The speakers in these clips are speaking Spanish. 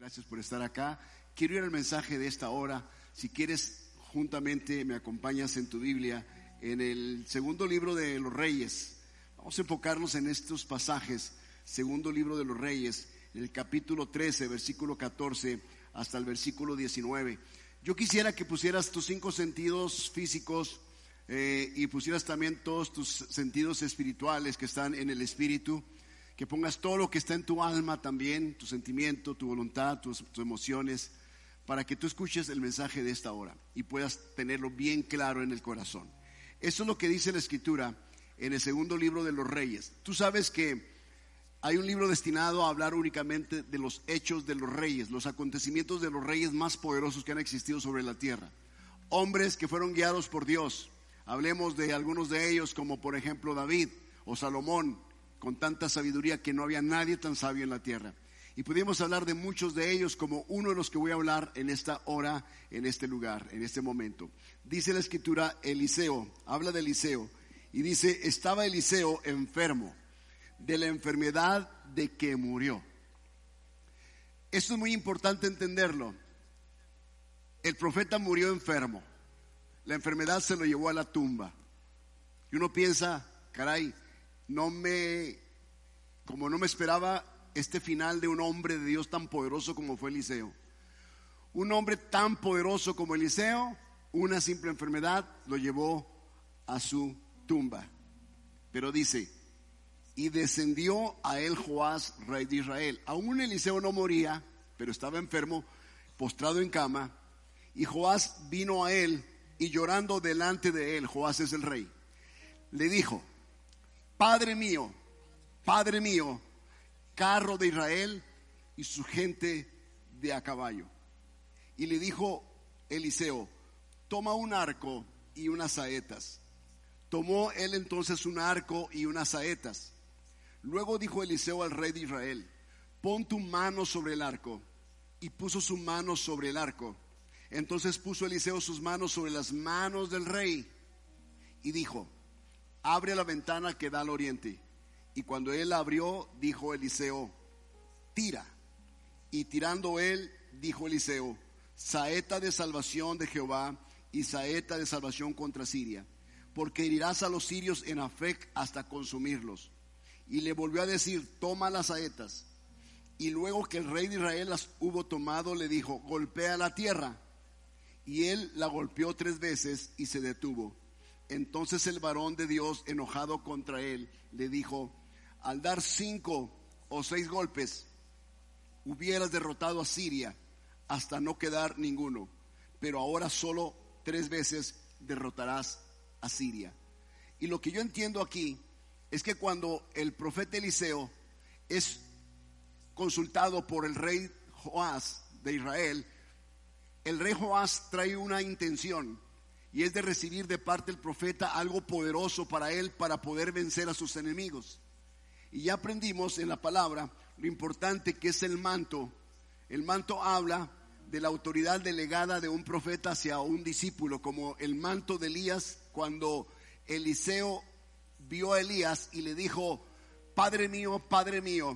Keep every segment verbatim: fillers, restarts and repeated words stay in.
Gracias por estar acá. Quiero ir al mensaje de esta hora. Si quieres, juntamente me acompañas en tu Biblia, en el segundo libro de los Reyes. Vamos a enfocarnos en estos pasajes. Segundo libro de los Reyes, en el capítulo trece, versículo catorce hasta el versículo diecinueve. Yo quisiera que pusieras tus cinco sentidos físicos eh, y pusieras también todos tus sentidos espirituales que están en el espíritu. Que pongas todo lo que está en tu alma también, tu sentimiento, tu voluntad, tus, tus emociones, para que tú escuches el mensaje de esta hora y puedas tenerlo bien claro en el corazón. Eso es lo que dice la Escritura en el segundo libro de los Reyes. Tú sabes que hay un libro destinado a hablar únicamente de los hechos de los reyes, los acontecimientos de los reyes más poderosos que han existido sobre la tierra. Hombres que fueron guiados por Dios. Hablemos de algunos de ellos, como por ejemplo David o Salomón, con tanta sabiduría que no había nadie tan sabio en la tierra. Y pudimos hablar de muchos de ellos, como uno de los que voy a hablar en esta hora, en este lugar, en este momento. Dice la Escritura, Eliseo, habla de Eliseo, y dice, estaba Eliseo enfermo de la enfermedad de que murió. Esto es muy importante entenderlo. El profeta murió enfermo. La enfermedad se lo llevó a la tumba. Y uno piensa, caray, no me, como no me esperaba este final de un hombre de Dios tan poderoso como fue Eliseo. Un hombre tan poderoso como Eliseo, una simple enfermedad lo llevó a su tumba. Pero dice, y descendió a él Joás, rey de Israel. Aún Eliseo no moría, pero estaba enfermo, postrado en cama. Y Joás vino a él y llorando delante de él, Joás es el rey, le dijo, Padre mío, Padre mío, carro de Israel y su gente de a caballo. Y le dijo Eliseo, toma un arco y unas saetas. Tomó él entonces un arco y unas saetas. Luego dijo Eliseo al rey de Israel, pon tu mano sobre el arco. Y puso su mano sobre el arco. Entonces puso Eliseo sus manos sobre las manos del rey y dijo, abre la ventana que da al oriente. Y cuando él abrió, dijo Eliseo, tira. Y tirando él, dijo Eliseo, saeta de salvación de Jehová y saeta de salvación contra Siria, porque herirás a los sirios en Afec hasta consumirlos. Y le volvió a decir, toma las saetas. Y luego que el rey de Israel las hubo tomado, le dijo, golpea la tierra. Y él la golpeó tres veces y se detuvo. Entonces el varón de Dios, enojado contra él, le dijo, al dar cinco o seis golpes, hubieras derrotado a Siria hasta no quedar ninguno, pero ahora solo tres veces derrotarás a Siria. Y lo que yo entiendo aquí es que cuando el profeta Eliseo es consultado por el rey Joás de Israel, el rey Joás trae una intención, y es de recibir de parte del profeta algo poderoso para él, para poder vencer a sus enemigos. Y ya aprendimos en la palabra lo importante que es el manto. El manto habla de la autoridad delegada de un profeta hacia un discípulo, como el manto de Elías, cuando Eliseo vio a Elías y le dijo, Padre mío, Padre mío.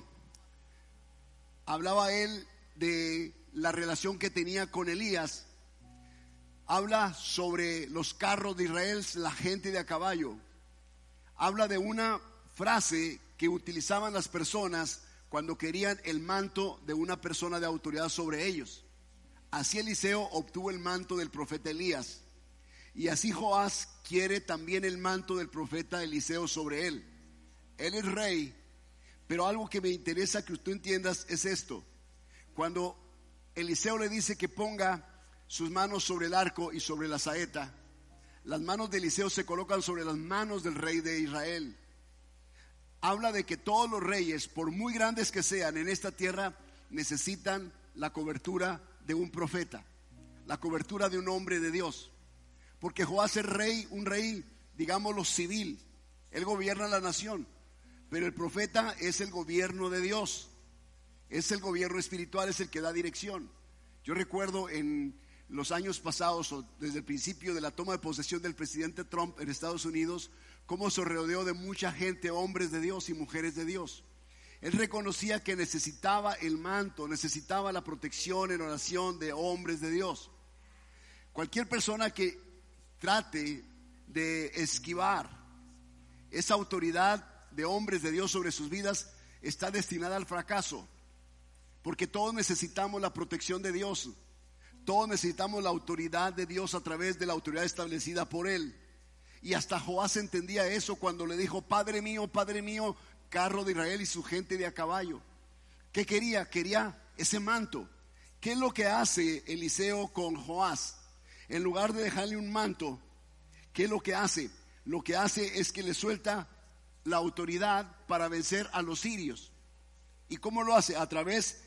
Hablaba él de la relación que tenía con Elías. Habla sobre los carros de Israel, la gente de a caballo. Habla de una frase que utilizaban las personas cuando querían el manto de una persona de autoridad sobre ellos. Así Eliseo obtuvo el manto del profeta Elías. Y así Joás quiere también el manto del profeta Eliseo sobre él. Él es rey, pero algo que me interesa que tú entiendas es esto. Cuando Eliseo le dice que ponga sus manos sobre el arco y sobre la saeta, las manos de Eliseo se colocan sobre las manos del rey de Israel. Habla de que todos los reyes, por muy grandes que sean en esta tierra, necesitan la cobertura de un profeta, la cobertura de un hombre de Dios. Porque Joás es rey, un rey, digámoslo, civil. Él gobierna la nación, pero el profeta es el gobierno de Dios. Es el gobierno espiritual, es el que da dirección. Yo recuerdo en los años pasados, o desde el principio de la toma de posesión del presidente Trump en Estados Unidos, cómo se rodeó de mucha gente, hombres de Dios y mujeres de Dios. Él reconocía que necesitaba el manto, necesitaba la protección en oración de hombres de Dios. Cualquier persona que trate de esquivar esa autoridad de hombres de Dios sobre sus vidas está destinada al fracaso, porque todos necesitamos la protección de Dios, todos necesitamos la autoridad de Dios a través de la autoridad establecida por Él. Y hasta Joás entendía eso cuando le dijo: Padre mío, Padre mío, carro de Israel y su gente de a caballo. ¿Qué quería? Quería ese manto. ¿Qué es lo que hace Eliseo con Joás? En lugar de dejarle un manto, ¿qué es lo que hace? Lo que hace es que le suelta la autoridad para vencer a los sirios. ¿Y cómo lo hace? A través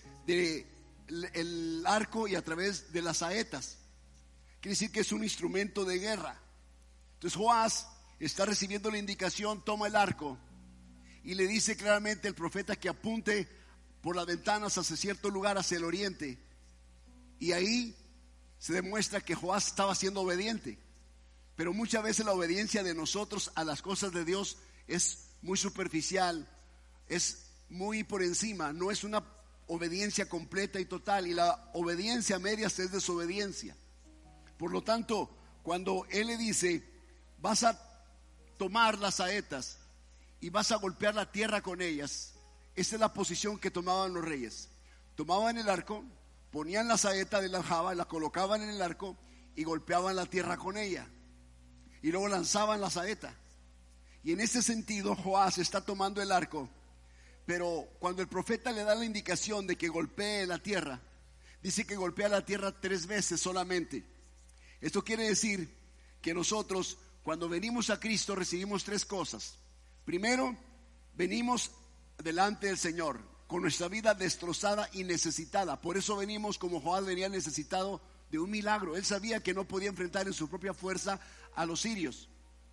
del arco y a través de las saetas. Quiere decir que es un instrumento de guerra. Entonces Joás está recibiendo la indicación, toma el arco y le dice claramente el profeta que apunte por las ventanas hacia cierto lugar, hacia el oriente. Y ahí se demuestra que Joás estaba siendo obediente. Pero muchas veces la obediencia de nosotros a las cosas de Dios es muy superficial, es muy por encima, no es una obediencia completa y total. Y la obediencia a medias es desobediencia. Por lo tanto, cuando él le dice: vas a tomar las saetas y vas a golpear la tierra con ellas, esa es la posición que tomaban los reyes. Tomaban el arco, ponían la saeta de la aljaba, la colocaban en el arco y golpeaban la tierra con ella, y luego lanzaban la saeta. Y en ese sentido Joás está tomando el arco, pero cuando el profeta le da la indicación de que golpee la tierra, dice que golpea la tierra tres veces solamente. Esto quiere decir que nosotros, cuando venimos a Cristo, recibimos tres cosas. Primero, venimos delante del Señor con nuestra vida destrozada y necesitada. Por eso venimos como Joás venía necesitado de un milagro. Él sabía que no podía enfrentar en su propia fuerza a los sirios.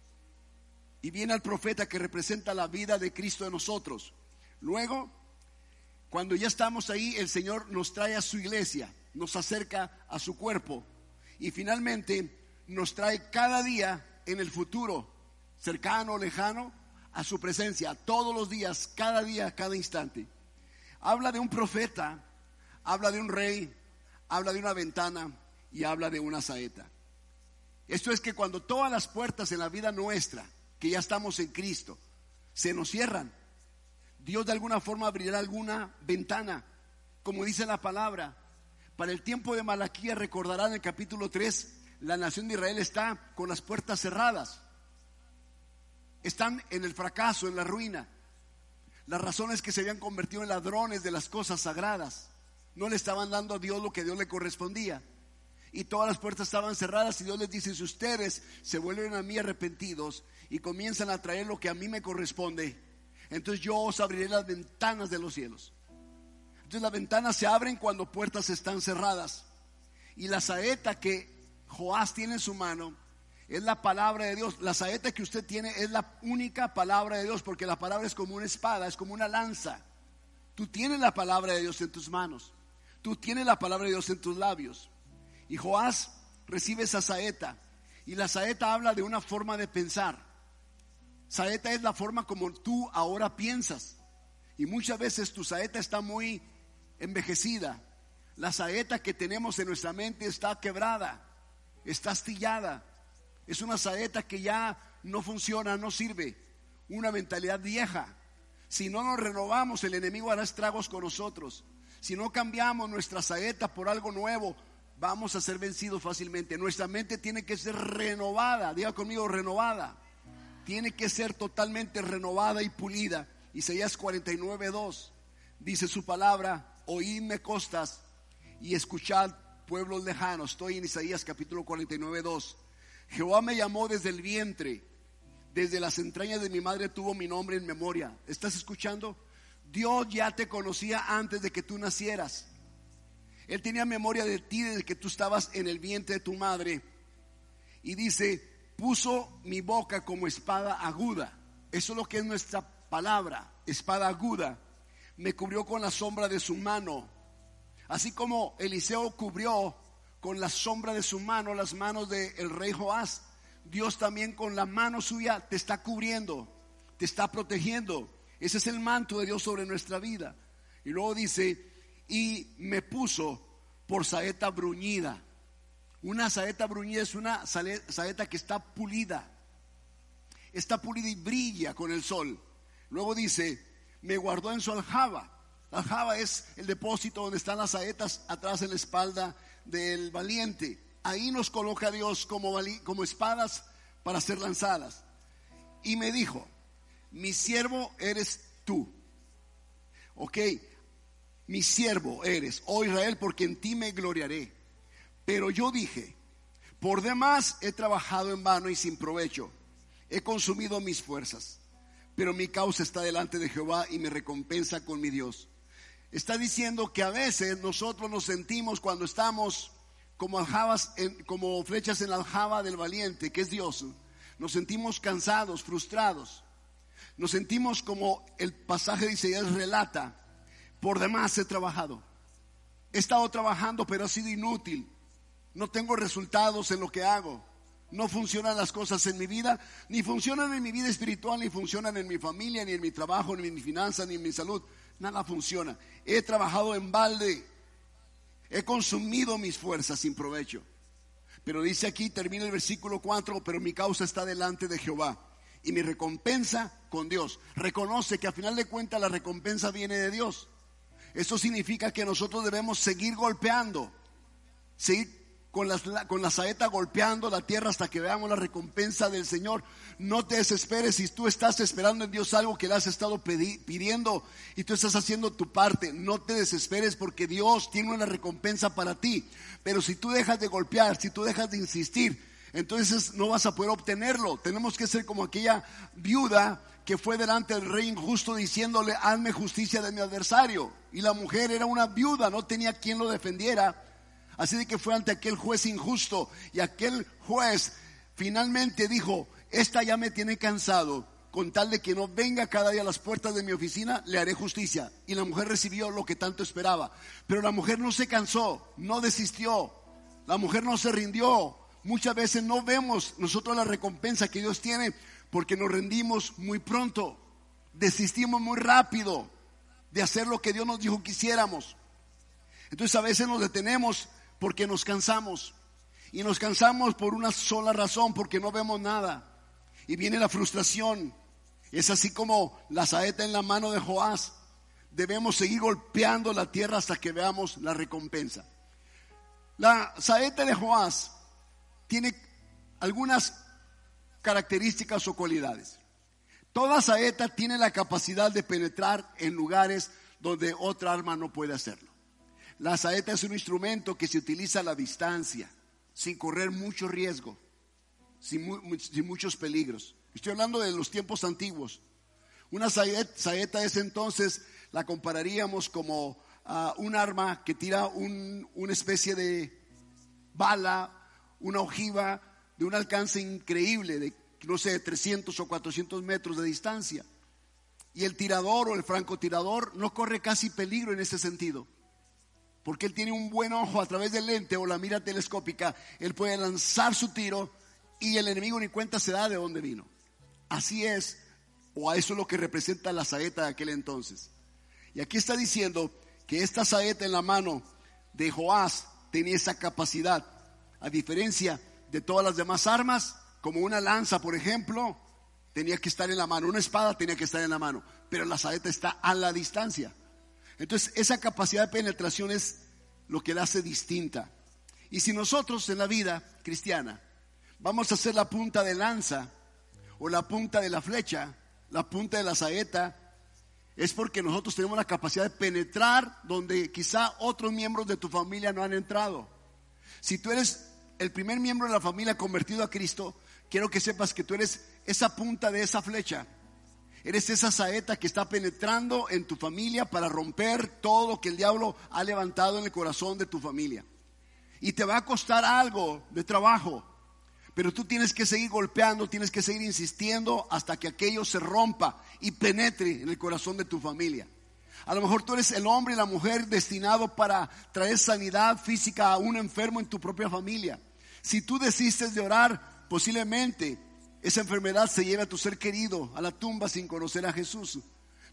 Y viene el profeta que representa la vida de Cristo en nosotros. Luego, cuando ya estamos ahí, el Señor nos trae a su iglesia, nos acerca a su cuerpo. Y finalmente nos trae cada día en el futuro, cercano o lejano, a su presencia, todos los días, cada día, cada instante. Habla de un profeta, habla de un rey, habla de una ventana y habla de una saeta. Esto es que cuando todas las puertas en la vida nuestra, que ya estamos en Cristo, se nos cierran, Dios de alguna forma abrirá alguna ventana, como dice la palabra. Para el tiempo de Malaquías, recordarán en el capítulo tres, la nación de Israel está con las puertas cerradas. Están en el fracaso, en la ruina. La razón es que se habían convertido en ladrones de las cosas sagradas. No le estaban dando a Dios lo que a Dios le correspondía. Y todas las puertas estaban cerradas, y Dios les dice: si ustedes se vuelven a mí arrepentidos y comienzan a traer lo que a mí me corresponde, entonces yo os abriré las ventanas de los cielos. Entonces las ventanas se abren cuando puertas están cerradas. Y la saeta que Joás tiene en su mano es la palabra de Dios. La saeta que usted tiene es la única palabra de Dios, porque la palabra es como una espada, es como una lanza. Tú tienes la palabra de Dios en tus manos, tú tienes la palabra de Dios en tus labios. Y Joás recibe esa saeta, y la saeta habla de una forma de pensar. Saeta es la forma como tú ahora piensas, y muchas veces tu saeta está muy envejecida. La saeta que tenemos en nuestra mente está quebrada, está astillada. Es una saeta que ya no funciona, no sirve. Una mentalidad vieja. Si no nos renovamos, el enemigo hará estragos con nosotros. Si no cambiamos nuestra saeta por algo nuevo, vamos a ser vencidos fácilmente. Nuestra mente tiene que ser renovada. Diga conmigo, renovada. Tiene que ser totalmente renovada y pulida. Isaías cuarenta y nueve, dos dice su palabra: oídme costas y escuchad pueblos lejanos. Estoy en Isaías capítulo cuarenta y nueve, dos. Jehová me llamó desde el vientre, desde las entrañas de mi madre tuvo mi nombre en memoria. ¿Estás escuchando? Dios ya te conocía antes de que tú nacieras. Él tenía memoria de ti desde que tú estabas en el vientre de tu madre. Y dice: puso mi boca como espada aguda. Eso es lo que es nuestra palabra, espada aguda. Me cubrió con la sombra de su mano. Así como Eliseo cubrió con la sombra de su mano las manos del rey Joás, Dios también con la mano suya te está cubriendo, te está protegiendo. Ese es el manto de Dios sobre nuestra vida. Y luego dice, y me puso por saeta bruñida. Una saeta bruñida es una saeta que está pulida. Está pulida y brilla con el sol. Luego dice, me guardó en su aljaba. La aljaba es el depósito donde están las saetas atrás en la espalda del valiente. Ahí nos coloca Dios como, como espadas para ser lanzadas. Y me dijo, mi siervo eres tú. Ok, mi siervo eres, oh Israel, porque en ti me gloriaré. Pero yo dije, por demás he trabajado en vano y sin provecho. He consumido mis fuerzas, pero mi causa está delante de Jehová y me recompensa con mi Dios. Está diciendo que a veces nosotros nos sentimos cuando estamos como aljabas, en, como flechas en la aljaba del valiente, que es Dios. Nos sentimos cansados, frustrados. Nos sentimos como el pasaje de Isaías relata, por demás he trabajado. He estado trabajando, pero ha sido inútil. No tengo resultados en lo que hago. No funcionan las cosas en mi vida, ni funcionan en mi vida espiritual, ni funcionan en mi familia, ni en mi trabajo, ni en mi finanza, ni en mi salud. Nada funciona. He trabajado en balde. He consumido mis fuerzas sin provecho. Pero dice aquí, termina el versículo cuatro, pero mi causa está delante de Jehová y mi recompensa con Dios. Reconoce que a final de cuentas la recompensa viene de Dios. Eso significa que nosotros debemos seguir golpeando, seguir con, las, con la saeta golpeando la tierra hasta que veamos la recompensa del Señor. No te desesperes si tú estás esperando en Dios algo que le has estado pedi- pidiendo y tú estás haciendo tu parte. No te desesperes porque Dios tiene una recompensa para ti. Pero si tú dejas de golpear, si tú dejas de insistir, entonces no vas a poder obtenerlo. Tenemos que ser como aquella viuda que fue delante del rey injusto diciéndole, hazme justicia de mi adversario. Y la mujer era una viuda, no tenía quien lo defendiera. Así de que fue ante aquel juez injusto. Y aquel juez finalmente dijo, esta ya me tiene cansado. Con tal de que no venga cada día a las puertas de mi oficina, le haré justicia. Y la mujer recibió lo que tanto esperaba. Pero la mujer no se cansó, no desistió. La mujer no se rindió. Muchas veces no vemos nosotros la recompensa que Dios tiene porque nos rendimos muy pronto. Desistimos muy rápido de hacer lo que Dios nos dijo que hiciéramos. Entonces a veces nos detenemos porque nos cansamos. Y nos cansamos por una sola razón, porque no vemos nada. Y viene la frustración. Es así como la saeta en la mano de Joás. Debemos seguir golpeando la tierra hasta que veamos la recompensa. La saeta de Joás tiene algunas características o cualidades. Toda saeta tiene la capacidad de penetrar en lugares donde otra arma no puede hacerlo. La saeta es un instrumento que se utiliza a la distancia, sin correr mucho riesgo, sin, mu- sin muchos peligros. Estoy hablando de los tiempos antiguos. Una saeta, saeta es entonces, la compararíamos como uh, un arma que tira un, una especie de bala, una ojiva de un alcance increíble, de no sé, trescientos o cuatrocientos metros de distancia. Y el tirador o el francotirador no corre casi peligro en ese sentido, porque él tiene un buen ojo a través del lente o la mira telescópica. Él puede lanzar su tiro y el enemigo ni cuenta se da de dónde vino. Así es, o a eso es lo que representa la saeta de aquel entonces. Y aquí está diciendo que esta saeta en la mano de Joás tenía esa capacidad, a diferencia de todas las demás armas, como una lanza, por ejemplo, tenía que estar en la mano, una espada tenía que estar en la mano, pero la saeta está a la distancia. Entonces esa capacidad de penetración es lo que la hace distinta. Y si nosotros en la vida cristiana vamos a hacer la punta de lanza o la punta de la flecha, la punta de la saeta, es porque nosotros tenemos la capacidad de penetrar donde quizá otros miembros de tu familia no han entrado. Si tú eres el primer miembro de la familia convertido a Cristo, quiero que sepas que tú eres esa punta de esa flecha. Eres esa saeta que está penetrando en tu familia para romper todo lo que el diablo ha levantado en el corazón de tu familia. Y te va a costar algo de trabajo, pero tú tienes que seguir golpeando, tienes que seguir insistiendo hasta que aquello se rompa y penetre en el corazón de tu familia. A lo mejor tú eres el hombre y la mujer destinado para traer sanidad física a un enfermo en tu propia familia. Si tú desistes de orar, posiblemente esa enfermedad se lleve a tu ser querido a la tumba sin conocer a Jesús.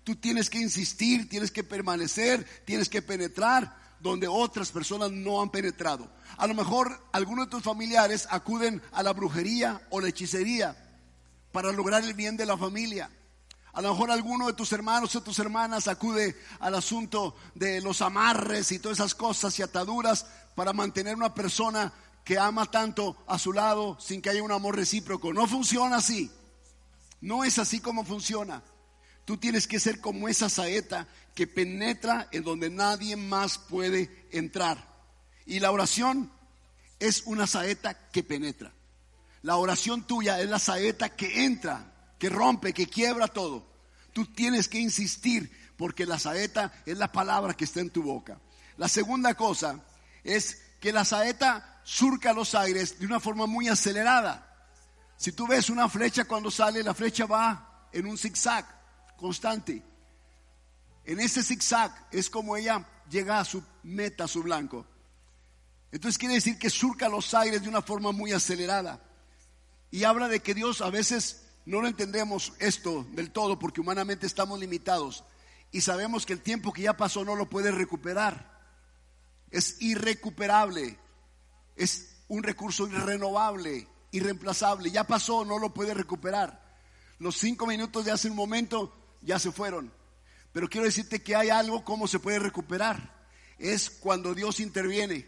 Tú tienes que insistir, tienes que permanecer, tienes que penetrar donde otras personas no han penetrado. A lo mejor algunos de tus familiares acuden a la brujería o la hechicería para lograr el bien de la familia. A lo mejor alguno de tus hermanos o tus hermanas acude al asunto de los amarres y todas esas cosas y ataduras para mantener una persona que ama tanto a su lado sin que haya un amor recíproco. No funciona así. No es así como funciona. Tú tienes que ser como esa saeta que penetra en donde nadie más puede entrar. Y la oración es una saeta que penetra. La oración tuya es la saeta que entra, que rompe, que quiebra todo. Tú tienes que insistir porque la saeta es la palabra que está en tu boca. La segunda cosa es que la saeta surca los aires de una forma muy acelerada. Si tú ves una flecha cuando sale, la flecha va en un zigzag constante. En ese zigzag es como ella llega a su meta, a su blanco. Entonces quiere decir que surca los aires de una forma muy acelerada. Y habla de que Dios a veces no lo entendemos esto del todo porque humanamente estamos limitados y sabemos que el tiempo que ya pasó no lo puedes recuperar. Es irrecuperable, es un recurso irrenovable, irreemplazable. Ya pasó, no lo puedes recuperar. Los cinco minutos de hace un momento ya se fueron. Pero quiero decirte que hay algo cómo se puede recuperar. Es cuando Dios interviene.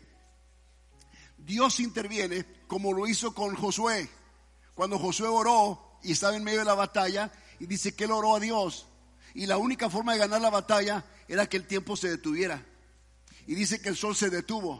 Dios interviene como lo hizo con Josué. Cuando Josué oró y estaba en medio de la batalla y dice que él oró a Dios y la única forma de ganar la batalla era que el tiempo se detuviera. Y dice que el sol se detuvo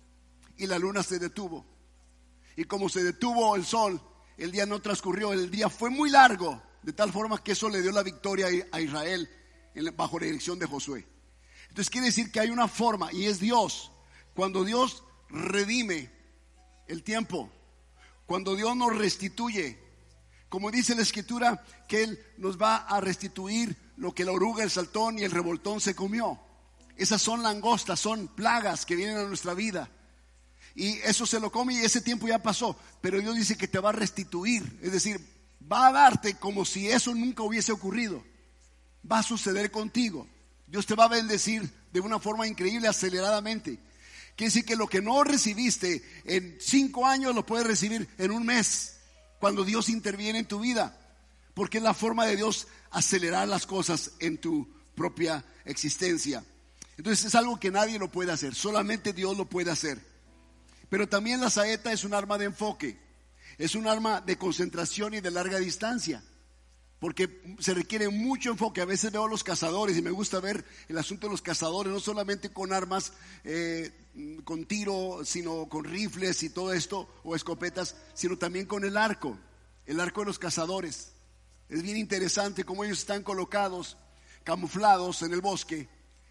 y la luna se detuvo. Y como se detuvo el sol, el día no transcurrió, el día fue muy largo, de tal forma que eso le dio la victoria a Israel bajo la dirección de Josué. Entonces quiere decir que hay una forma y es Dios. Cuando Dios redime el tiempo, cuando Dios nos restituye, como dice la escritura, que Él nos va a restituir lo que la oruga, el saltón y el revoltón se comió. Esas son langostas, son plagas que vienen a nuestra vida. Y eso se lo come y ese tiempo ya pasó. Pero Dios dice que te va a restituir. Es decir, va a darte como si eso nunca hubiese ocurrido. Va a suceder contigo. Dios te va a bendecir de una forma increíble, aceleradamente. Quiere decir que lo que no recibiste en cinco años lo puedes recibir en un mes, cuando Dios interviene en tu vida, porque es la forma de Dios acelerar las cosas en tu propia existencia. Entonces es algo que nadie lo puede hacer, solamente Dios lo puede hacer. Pero también la saeta es un arma de enfoque, es un arma de concentración y de larga distancia, porque se requiere mucho enfoque. A veces veo a los cazadores y me gusta ver el asunto de los cazadores, no solamente con armas, eh, con tiro, sino con rifles y todo esto, o escopetas, sino también con el arco, el arco de los cazadores. Es bien interesante cómo ellos están colocados, camuflados en el bosque,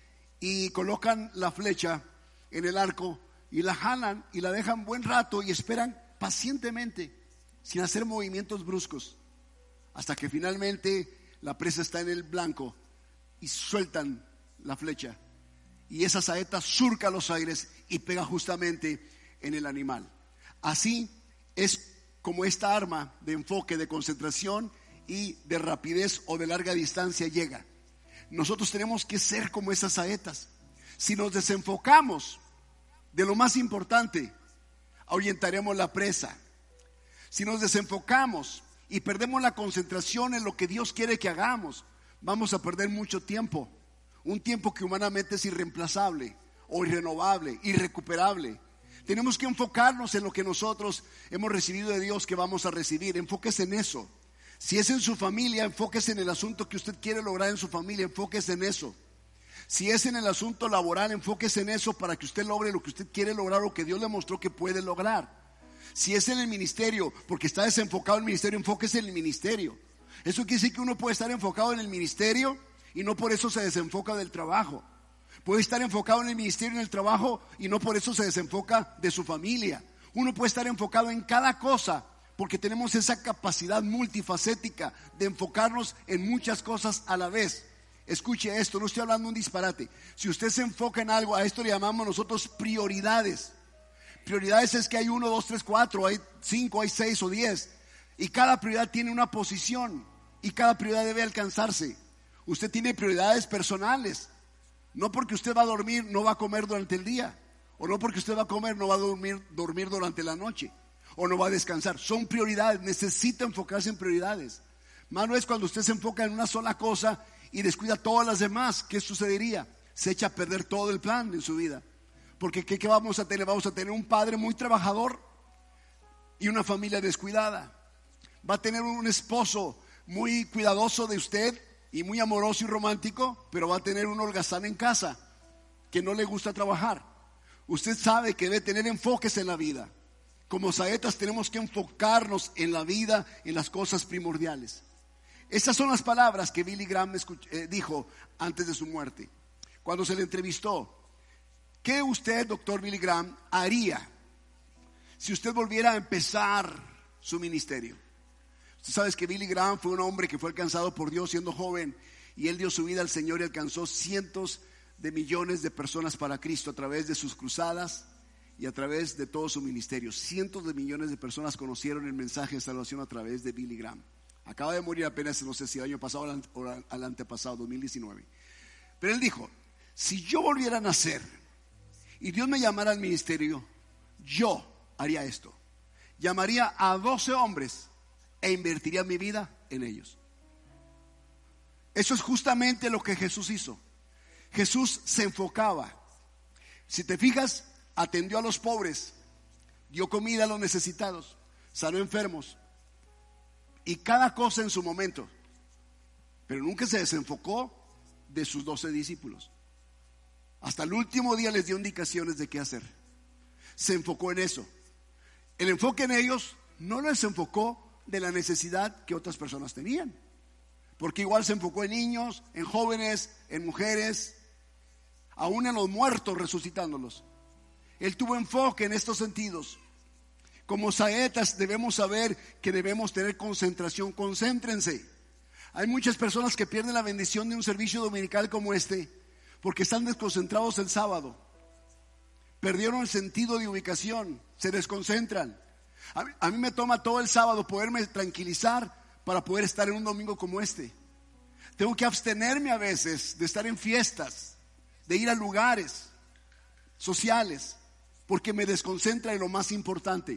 y colocan la flecha en el arco y la jalan y la dejan buen rato y esperan pacientemente, sin hacer movimientos bruscos, hasta que finalmente la presa está en el blanco y sueltan la flecha y esa saeta surca los aires y pega justamente en el animal. Así es como esta arma de enfoque, de concentración y de rapidez o de larga distancia llega. Nosotros tenemos que ser como esas saetas. Si nos desenfocamos de lo más importante, ahuyentaremos la presa. Si nos desenfocamos y perdemos la concentración en lo que Dios quiere que hagamos, vamos a perder mucho tiempo. Un tiempo que humanamente es irreemplazable o irrenovable, irrecuperable. Tenemos que enfocarnos en lo que nosotros hemos recibido de Dios, que vamos a recibir. Enfóquese en eso. Si es en su familia, enfóquese en el asunto que usted quiere lograr en su familia, enfóquese en eso. Si es en el asunto laboral, enfóquese en eso para que usted logre lo que usted quiere lograr o que Dios le mostró que puede lograr. Si es en el ministerio, porque está desenfocado en el ministerio, enfóquese en el ministerio. Eso quiere decir que uno puede estar enfocado en el ministerio y no por eso se desenfoca del trabajo. Puede estar enfocado en el ministerio y en el trabajo y no por eso se desenfoca de su familia. Uno puede estar enfocado en cada cosa porque tenemos esa capacidad multifacética de enfocarnos en muchas cosas a la vez. Escuche esto, no estoy hablando un disparate. Si usted se enfoca en algo, a esto le llamamos nosotros prioridades. Prioridades es que hay uno, dos, tres, cuatro, hay cinco, hay seis o diez. Y cada prioridad tiene una posición y cada prioridad debe alcanzarse. Usted tiene prioridades personales. No porque usted va a dormir, no va a comer durante el día. O no porque usted va a comer, no va a dormir, dormir durante la noche. O no va a descansar. Son prioridades. Necesita enfocarse en prioridades. Malo es cuando usted se enfoca en una sola cosa y descuida todas las demás. ¿Qué sucedería? Se echa a perder todo el plan en su vida. Porque ¿qué, qué vamos a tener? Vamos a tener un padre muy trabajador y una familia descuidada. Va a tener un esposo muy cuidadoso de usted y muy amoroso y romántico, pero va a tener un holgazán en casa que no le gusta trabajar. Usted sabe que debe tener enfoques en la vida. Como saetas tenemos que enfocarnos en la vida, en las cosas primordiales. Esas son las palabras que Billy Graham escuch- eh, dijo antes de su muerte. Cuando se le entrevistó, ¿qué usted, doctor Billy Graham, haría si usted volviera a empezar su ministerio? Usted sabe que Billy Graham fue un hombre que fue alcanzado por Dios siendo joven, y él dio su vida al Señor y alcanzó cientos de millones de personas para Cristo a través de sus cruzadas y a través de todo su ministerio. Cientos de millones de personas conocieron el mensaje de salvación a través de Billy Graham. Acaba de morir apenas, no sé si el año pasado o al antepasado, dos mil diecinueve. Pero él dijo, si yo volviera a nacer y Dios me llamara al ministerio, yo haría esto. Llamaría a doce hombres e invertiría mi vida en ellos. Eso es justamente lo que Jesús hizo. Jesús se enfocaba. Si te fijas, atendió a los pobres, dio comida a los necesitados, sanó enfermos y cada cosa en su momento. Pero nunca se desenfocó de sus doce discípulos. Hasta el último día les dio indicaciones de qué hacer. Se enfocó en eso. El enfoque en ellos no les enfocó de la necesidad que otras personas tenían, porque igual se enfocó en niños, en jóvenes, en mujeres, aún en los muertos, resucitándolos. Él tuvo enfoque en estos sentidos. Como saetas debemos saber que debemos tener concentración. Concéntrense. Hay muchas personas que pierden la bendición de un servicio dominical como este porque están desconcentrados el sábado. Perdieron el sentido de ubicación, se desconcentran. A mí, a mí me toma todo el sábado poderme tranquilizar para poder estar en un domingo como este. Tengo que abstenerme a veces de estar en fiestas, de ir a lugares sociales, porque me desconcentra en lo más importante.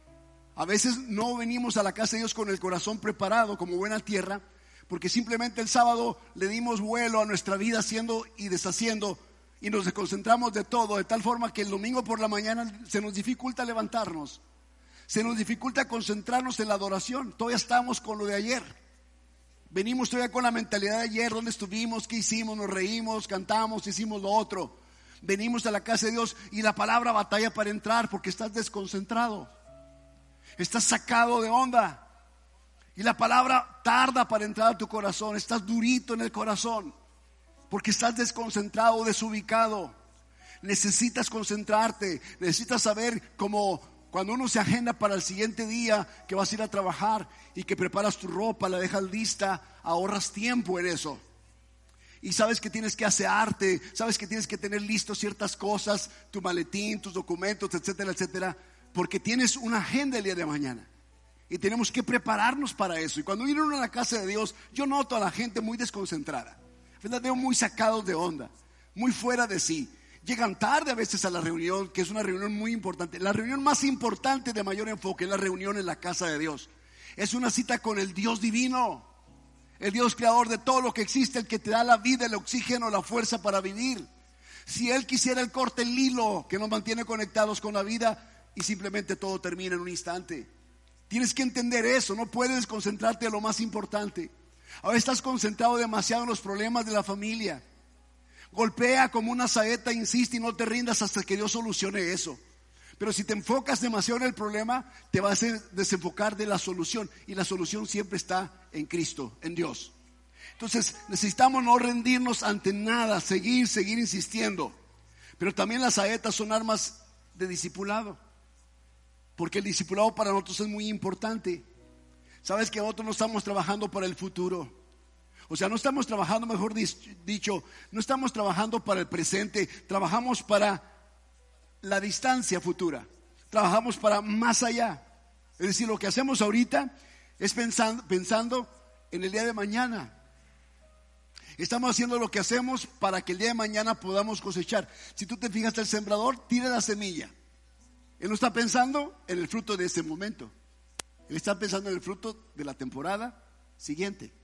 A veces no venimos a la casa de Dios con el corazón preparado como buena tierra, porque simplemente el sábado le dimos vuelo a nuestra vida haciendo y deshaciendo y nos desconcentramos de todo, de tal forma que el domingo por la mañana se nos dificulta levantarnos, se nos dificulta concentrarnos en la adoración. Todavía estamos con lo de ayer, venimos todavía con la mentalidad de ayer, dónde estuvimos, qué hicimos, nos reímos, cantamos, hicimos lo otro. Venimos a la casa de Dios y la palabra batalla para entrar porque estás desconcentrado, estás sacado de onda. Y la palabra tarda para entrar a tu corazón, estás durito en el corazón porque estás desconcentrado, desubicado. Necesitas concentrarte, necesitas saber cómo cuando uno se agenda para el siguiente día que vas a ir a trabajar y que preparas tu ropa, la dejas lista, ahorras tiempo en eso. Y sabes que tienes que asearte, sabes que tienes que tener listos ciertas cosas, tu maletín, tus documentos, etcétera, etcétera, porque tienes una agenda el día de mañana. Y tenemos que prepararnos para eso. Y cuando viene uno a la casa de Dios, yo noto a la gente muy desconcentrada, ¿verdad? Veo muy sacados de onda, muy fuera de sí. Llegan tarde a veces a la reunión, que es una reunión muy importante. La reunión más importante de mayor enfoque es la reunión en la casa de Dios. Es una cita con el Dios divino, el Dios creador de todo lo que existe, el que te da la vida, el oxígeno, la fuerza para vivir. Si Él quisiera, Él corta el hilo que nos mantiene conectados con la vida y simplemente todo termina en un instante. Tienes que entender eso, no puedes concentrarte en lo más importante. Ahora estás concentrado demasiado en los problemas de la familia. Golpea como una saeta, insiste y no te rindas hasta que Dios solucione eso. Pero si te enfocas demasiado en el problema, te vas a desenfocar de la solución. Y la solución siempre está en Cristo, en Dios. Entonces necesitamos no rendirnos ante nada, seguir, seguir insistiendo. Pero también las saetas son armas de discipulado, porque el discipulado para nosotros es muy importante. Sabes que nosotros no estamos trabajando para el futuro. O sea, no estamos trabajando, mejor dicho, no estamos trabajando para el presente, trabajamos para la distancia futura, trabajamos para más allá. Es decir, lo que hacemos ahorita es pensando, pensando en el día de mañana. Estamos haciendo lo que hacemos para que el día de mañana podamos cosechar. Si tú te fijas, el sembrador tira la semilla. Él no está pensando en el fruto de ese momento. Él está pensando en el fruto de la temporada siguiente.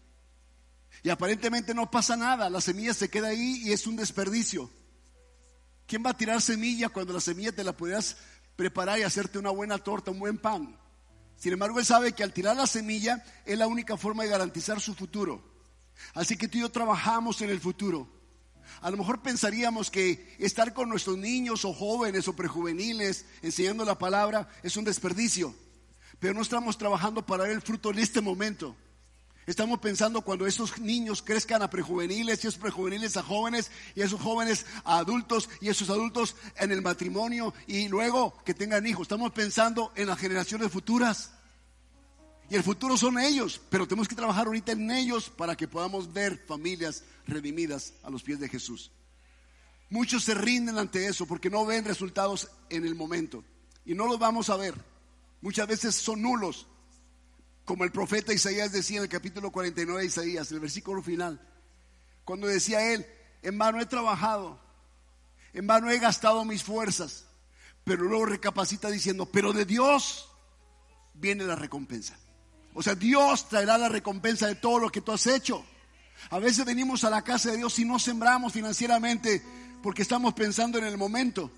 Y aparentemente no pasa nada. La semilla se queda ahí y es un desperdicio. ¿Quién va a tirar semilla cuando la semilla te la podrías preparar y hacerte una buena torta, un buen pan? Sin embargo, él sabe que al tirar la semilla es la única forma de garantizar su futuro. Así que tú y yo trabajamos en el futuro. A lo mejor pensaríamos que estar con nuestros niños o jóvenes o prejuveniles enseñando la palabra es un desperdicio, pero no estamos trabajando para ver el fruto en este momento. Estamos pensando cuando esos niños crezcan a prejuveniles, y esos prejuveniles a jóvenes, y esos jóvenes a adultos, y esos adultos en el matrimonio, y luego que tengan hijos. Estamos pensando en las generaciones futuras. Y el futuro son ellos, pero tenemos que trabajar ahorita en ellos para que podamos ver familias redimidas a los pies de Jesús. Muchos se rinden ante eso porque no ven resultados en el momento. Y no los vamos a ver. Muchas veces son nulos. Como el profeta Isaías decía en el capítulo cuarenta y nueve de Isaías, el versículo final, cuando decía él: en vano he trabajado, en vano he gastado mis fuerzas. Pero luego recapacita diciendo: pero de Dios viene la recompensa. O sea, Dios traerá la recompensa de todo lo que tú has hecho. A veces venimos a la casa de Dios y no sembramos financieramente porque estamos pensando en el momento.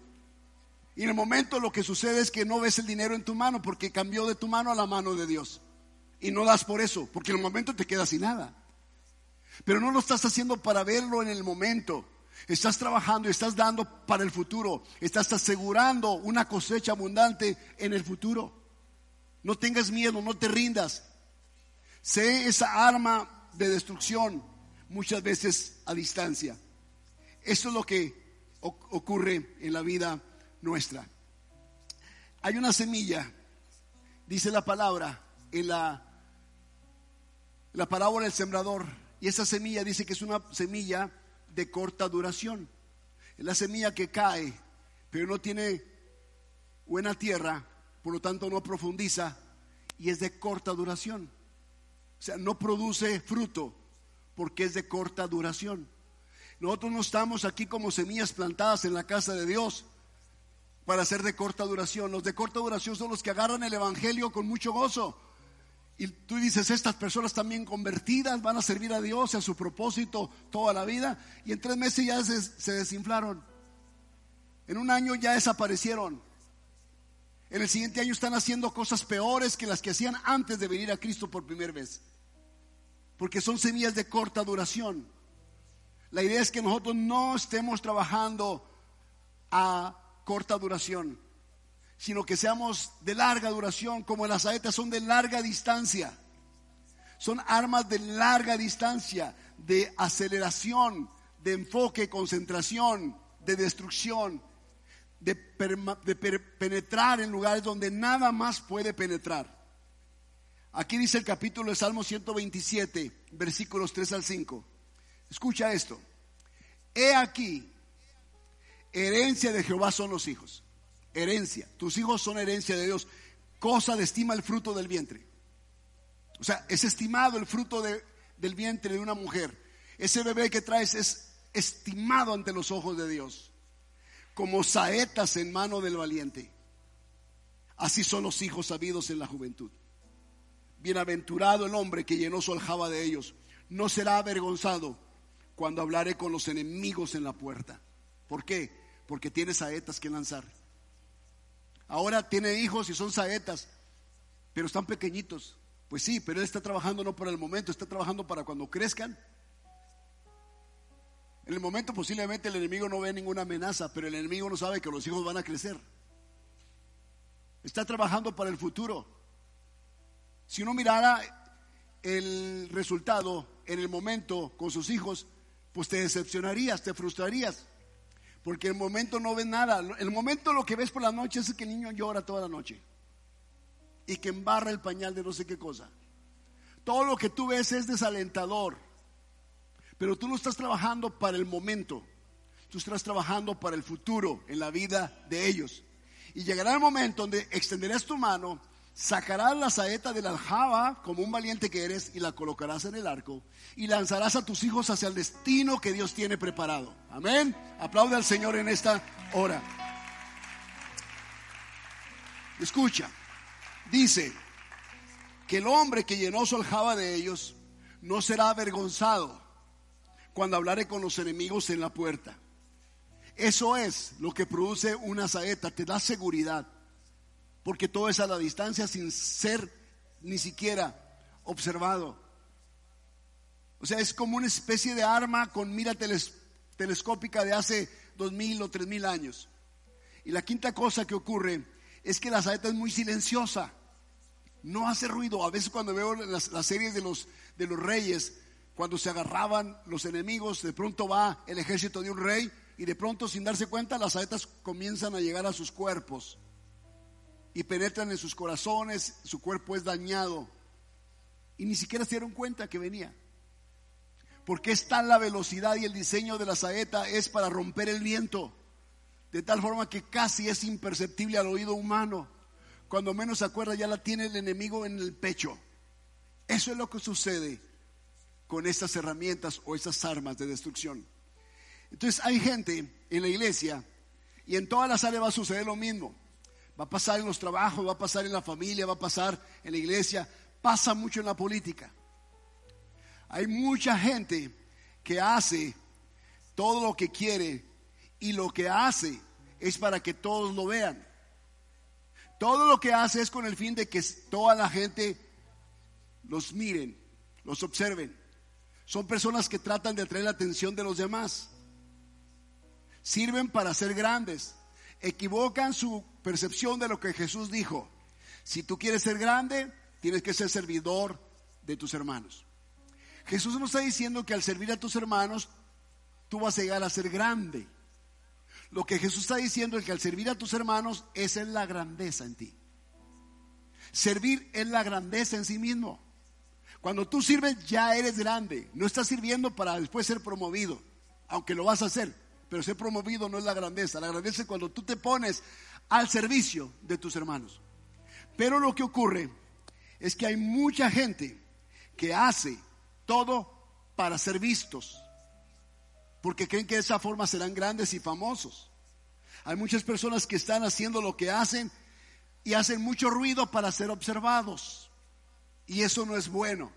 Y en el momento lo que sucede es que no ves el dinero en tu mano porque cambió de tu mano a la mano de Dios. Y no das por eso, porque en el momento te quedas sin nada. Pero no lo estás haciendo para verlo en el momento. Estás trabajando y estás dando para el futuro. Estás asegurando una cosecha abundante en el futuro. No tengas miedo, no te rindas. Sé esa arma de destrucción muchas veces a distancia. Eso es lo que ocurre en la vida nuestra. Hay una semilla, dice la palabra en la La parábola del sembrador, y esa semilla dice que es una semilla de corta duración. Es la semilla que cae, pero no tiene buena tierra, por lo tanto no profundiza, y es de corta duración. O sea, no produce fruto porque es de corta duración. Nosotros no estamos aquí como semillas plantadas en la casa de Dios para ser de corta duración. Los de corta duración son los que agarran el evangelio con mucho gozo. Y tú dices: estas personas también convertidas van a servir a Dios y a su propósito toda la vida. Y en tres meses ya se, se desinflaron. En un año ya desaparecieron. En el siguiente año están haciendo cosas peores que las que hacían antes de venir a Cristo por primera vez. Porque son semillas de corta duración. La idea es que nosotros no estemos trabajando a corta duración, sino que seamos de larga duración, como las saetas son de larga distancia. Son armas de larga distancia, de aceleración, de enfoque, concentración, de destrucción, de, perma, de per, penetrar en lugares donde nada más puede penetrar. Aquí dice el capítulo de Salmo ciento veintisiete, versículos tres al cinco. Escucha esto: he aquí, herencia de Jehová son los hijos. Herencia, tus hijos son herencia de Dios. Cosa de estima el fruto del vientre. O sea, es estimado el fruto de, del vientre de una mujer. Ese bebé que traes es estimado ante los ojos de Dios. Como saetas en mano del valiente. Así son los hijos sabidos en la juventud. Bienaventurado el hombre que llenó su aljaba de ellos. No será avergonzado cuando hablaré con los enemigos en la puerta. ¿Por qué? Porque tiene saetas que lanzar. Ahora tiene hijos y son saetas, pero están pequeñitos. Pues sí, pero él está trabajando no para el momento, está trabajando para cuando crezcan. En el momento posiblemente el enemigo no ve ninguna amenaza, pero el enemigo no sabe que los hijos van a crecer. Está trabajando para el futuro. Si uno mirara el resultado en el momento con sus hijos, pues te decepcionarías, te frustrarías. Porque en el momento no ves nada. En el momento lo que ves por la noche es que el niño llora toda la noche y que embarra el pañal de no sé qué cosa. Todo lo que tú ves es desalentador. Pero tú no estás trabajando para el momento, tú estás trabajando para el futuro en la vida de ellos. Y llegará el momento donde extenderás tu mano, sacarás la saeta de la aljaba como un valiente que eres y la colocarás en el arco y lanzarás a tus hijos hacia el destino que Dios tiene preparado. Amén. Aplaude al Señor en esta hora. Escucha, dice que el hombre que llenó su aljaba de ellos no será avergonzado cuando hablare con los enemigos en la puerta. Eso es lo que produce una saeta, te da seguridad, porque todo es a la distancia sin ser ni siquiera observado. O sea, es como una especie de arma con mira teles, telescópica de hace dos mil o tres mil años. Y la quinta cosa que ocurre es que la saeta es muy silenciosa, no hace ruido. A veces cuando veo las, las series de los, de los reyes, cuando se agarraban los enemigos, de pronto va el ejército de un rey y de pronto, sin darse cuenta, las saetas comienzan a llegar a sus cuerpos y penetran en sus corazones, su cuerpo es dañado y ni siquiera se dieron cuenta que venía. Porque es tal la velocidad y el diseño de la saeta es para romper el viento, de tal forma que casi es imperceptible al oído humano. Cuando menos se acuerda ya la tiene el enemigo en el pecho. Eso es lo que sucede con estas herramientas o estas armas de destrucción. Entonces hay gente en la iglesia y en todas las áreas va a suceder lo mismo. Va a pasar en los trabajos, va a pasar en la familia, va a pasar en la iglesia, pasa mucho en la política. Hay mucha gente que hace todo lo que quiere y lo que hace es para que todos lo vean. Todo lo que hace es con el fin de que toda la gente los miren, los observen. Son personas que tratan de atraer la atención de los demás. Sirven para ser grandes. Equivocan su percepción de lo que Jesús dijo. Si tú quieres ser grande, tienes que ser servidor de tus hermanos. Jesús no está diciendo que al servir a tus hermanos tú vas a llegar a ser grande. Lo que Jesús está diciendo es que al servir a tus hermanos, esa es la grandeza en ti. Servir es la grandeza en sí mismo. Cuando tú sirves ya eres grande. No estás sirviendo para después ser promovido, aunque lo vas a hacer, pero ser promovido no es la grandeza. La grandeza es cuando tú te pones al servicio de tus hermanos. Pero lo que ocurre es que hay mucha gente que hace todo para ser vistos, porque creen que de esa forma serán grandes y famosos. Hay muchas personas que están haciendo lo que hacen y hacen mucho ruido para ser observados, y eso no es bueno.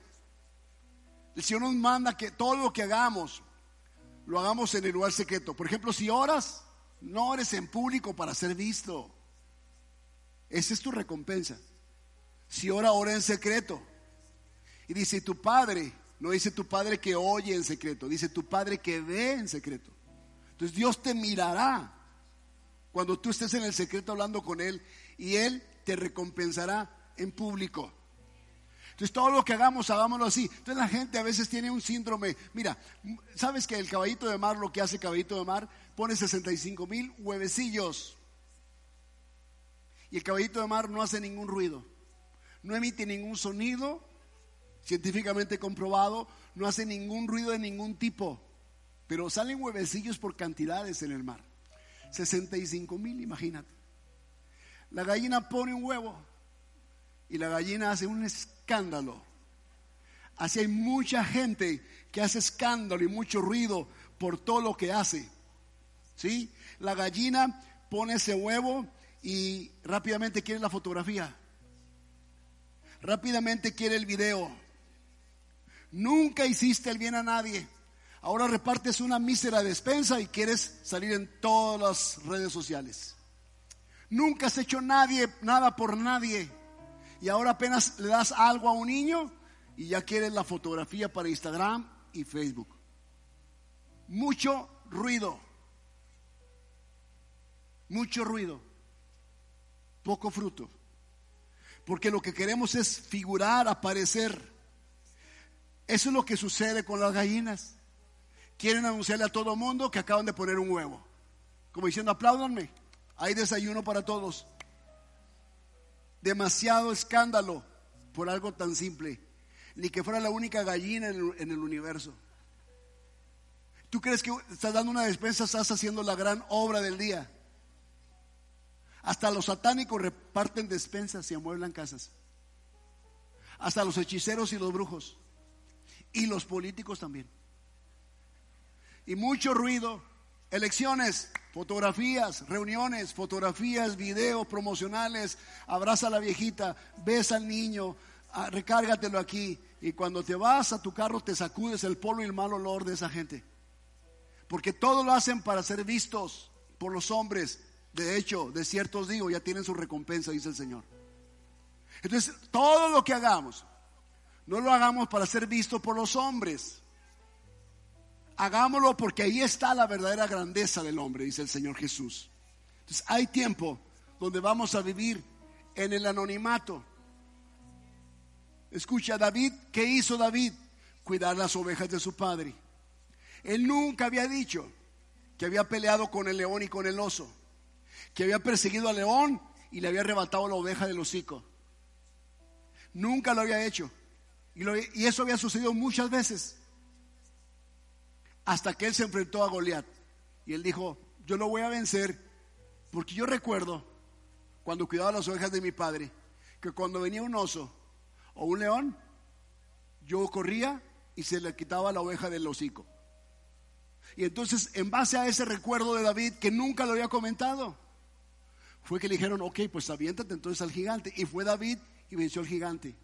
El Señor nos manda que todo lo que hagamos lo hagamos en el lugar secreto. Por ejemplo, si oras, no ores en público para ser visto. Esa es tu recompensa. Si ora, ora en secreto. Y dice tu Padre, no dice tu Padre que oye en secreto, dice tu Padre que ve en secreto. Entonces Dios te mirará cuando tú estés en el secreto hablando con Él, y Él te recompensará en público. Entonces todo lo que hagamos, hagámoslo así. Entonces la gente a veces tiene un síndrome. Mira, ¿sabes que el caballito de mar, lo que hace caballito de mar? Pone sesenta y cinco mil huevecillos. Y el caballito de mar no hace ningún ruido, no emite ningún sonido, científicamente comprobado, no hace ningún ruido de ningún tipo, pero salen huevecillos por cantidades en el mar. sesenta y cinco mil, imagínate. La gallina pone un huevo y la gallina hace un escándalo. Así hay mucha gente que hace escándalo y mucho ruido por todo lo que hace. ¿Sí? La gallina pone ese huevo y rápidamente quiere la fotografía, rápidamente quiere el video. Nunca hiciste el bien a nadie. Ahora repartes una mísera despensa y quieres salir en todas las redes sociales. Nunca has hecho nadie, nada por nadie. Y ahora apenas le das algo a un niño y ya quieres la fotografía para Instagram y Facebook. Mucho ruido. Mucho ruido. Poco fruto. Porque lo que queremos es figurar, aparecer. Eso es lo que sucede con las gallinas. Quieren anunciarle a todo mundo que acaban de poner un huevo, como diciendo: apláudanme, hay desayuno para todos. Demasiado escándalo por algo tan simple. Ni que fuera la única gallina en el, en el universo. ¿Tú crees que estás dando una despensa, estás haciendo la gran obra del día? Hasta los satánicos reparten despensas y amueblan casas. Hasta los hechiceros y los brujos. Y los políticos también. Y mucho ruido. Elecciones, fotografías, reuniones, fotografías, videos promocionales. Abraza a la viejita, besa al niño, recárgatelo aquí. Y cuando te vas a tu carro te sacudes el polvo y el mal olor de esa gente. Porque todo lo hacen para ser vistos por los hombres. De hecho, de cierto os digo, ya tienen su recompensa, dice el Señor. Entonces, todo lo que hagamos, no lo hagamos para ser visto por los hombres. Hagámoslo porque ahí está la verdadera grandeza del hombre, dice el Señor Jesús. Entonces, hay tiempo donde vamos a vivir en el anonimato. Escucha, David, ¿qué hizo David? Cuidar las ovejas de su padre. Él nunca había dicho que había peleado con el león y con el oso, que había perseguido al león y le había arrebatado la oveja del hocico. Nunca lo había hecho. Y, lo, y eso había sucedido muchas veces. Hasta que él se enfrentó a Goliat. Y él dijo, yo lo voy a vencer. Porque yo recuerdo, cuando cuidaba las ovejas de mi padre, que cuando venía un oso o un león, yo corría y se le quitaba la oveja del hocico. Y entonces, en base a ese recuerdo de David, que nunca lo había comentado, fue que le dijeron, ok, pues aviéntate entonces al gigante. Y fue David y venció al gigante.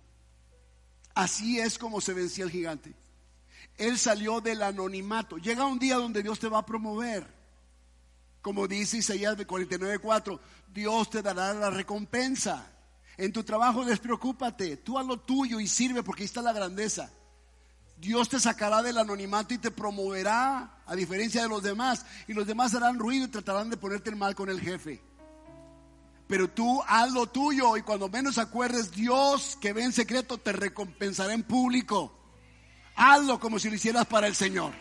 Así es como se vencía el gigante. Él salió del anonimato. Llega un día donde Dios te va a promover. Como dice Isaías cuarenta y nueve cuatro, Dios te dará la recompensa. En tu trabajo despreocúpate, tú haz lo tuyo y sirve, porque ahí está la grandeza. Dios te sacará del anonimato y te promoverá, a diferencia de los demás. Y los demás harán ruido y tratarán de ponerte el mal con el jefe. Pero tú haz lo tuyo, y cuando menos acuerdes, Dios que ve en secreto te recompensará en público. Hazlo como si lo hicieras para el Señor.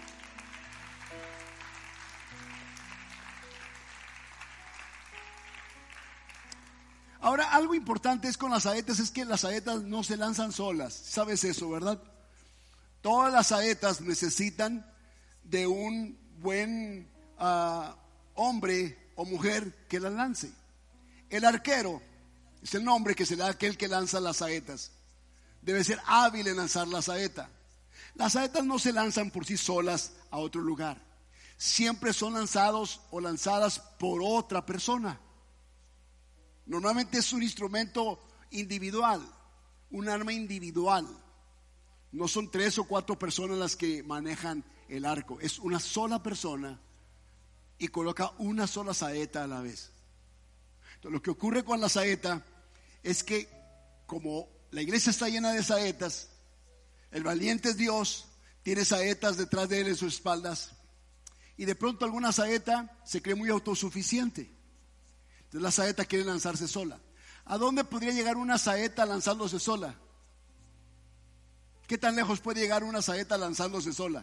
Ahora, algo importante es con las saetas, es que las saetas no se lanzan solas. ¿Sabes eso, verdad? Todas las saetas necesitan de un buen uh, hombre o mujer que las lance. El arquero es el nombre que se le da a aquel que lanza las saetas. Debe ser hábil en lanzar la saeta. Las saetas no se lanzan por sí solas a otro lugar. Siempre son lanzados o lanzadas por otra persona. Normalmente es un instrumento individual, un arma individual. No son tres o cuatro personas las que manejan el arco. Es una sola persona y coloca una sola saeta a la vez. Entonces, lo que ocurre con la saeta es que, como la iglesia está llena de saetas, el valiente es Dios, tiene saetas detrás de él en sus espaldas, y de pronto alguna saeta se cree muy autosuficiente. Entonces la saeta quiere lanzarse sola. ¿A dónde podría llegar una saeta lanzándose sola? ¿Qué tan lejos puede llegar una saeta lanzándose sola?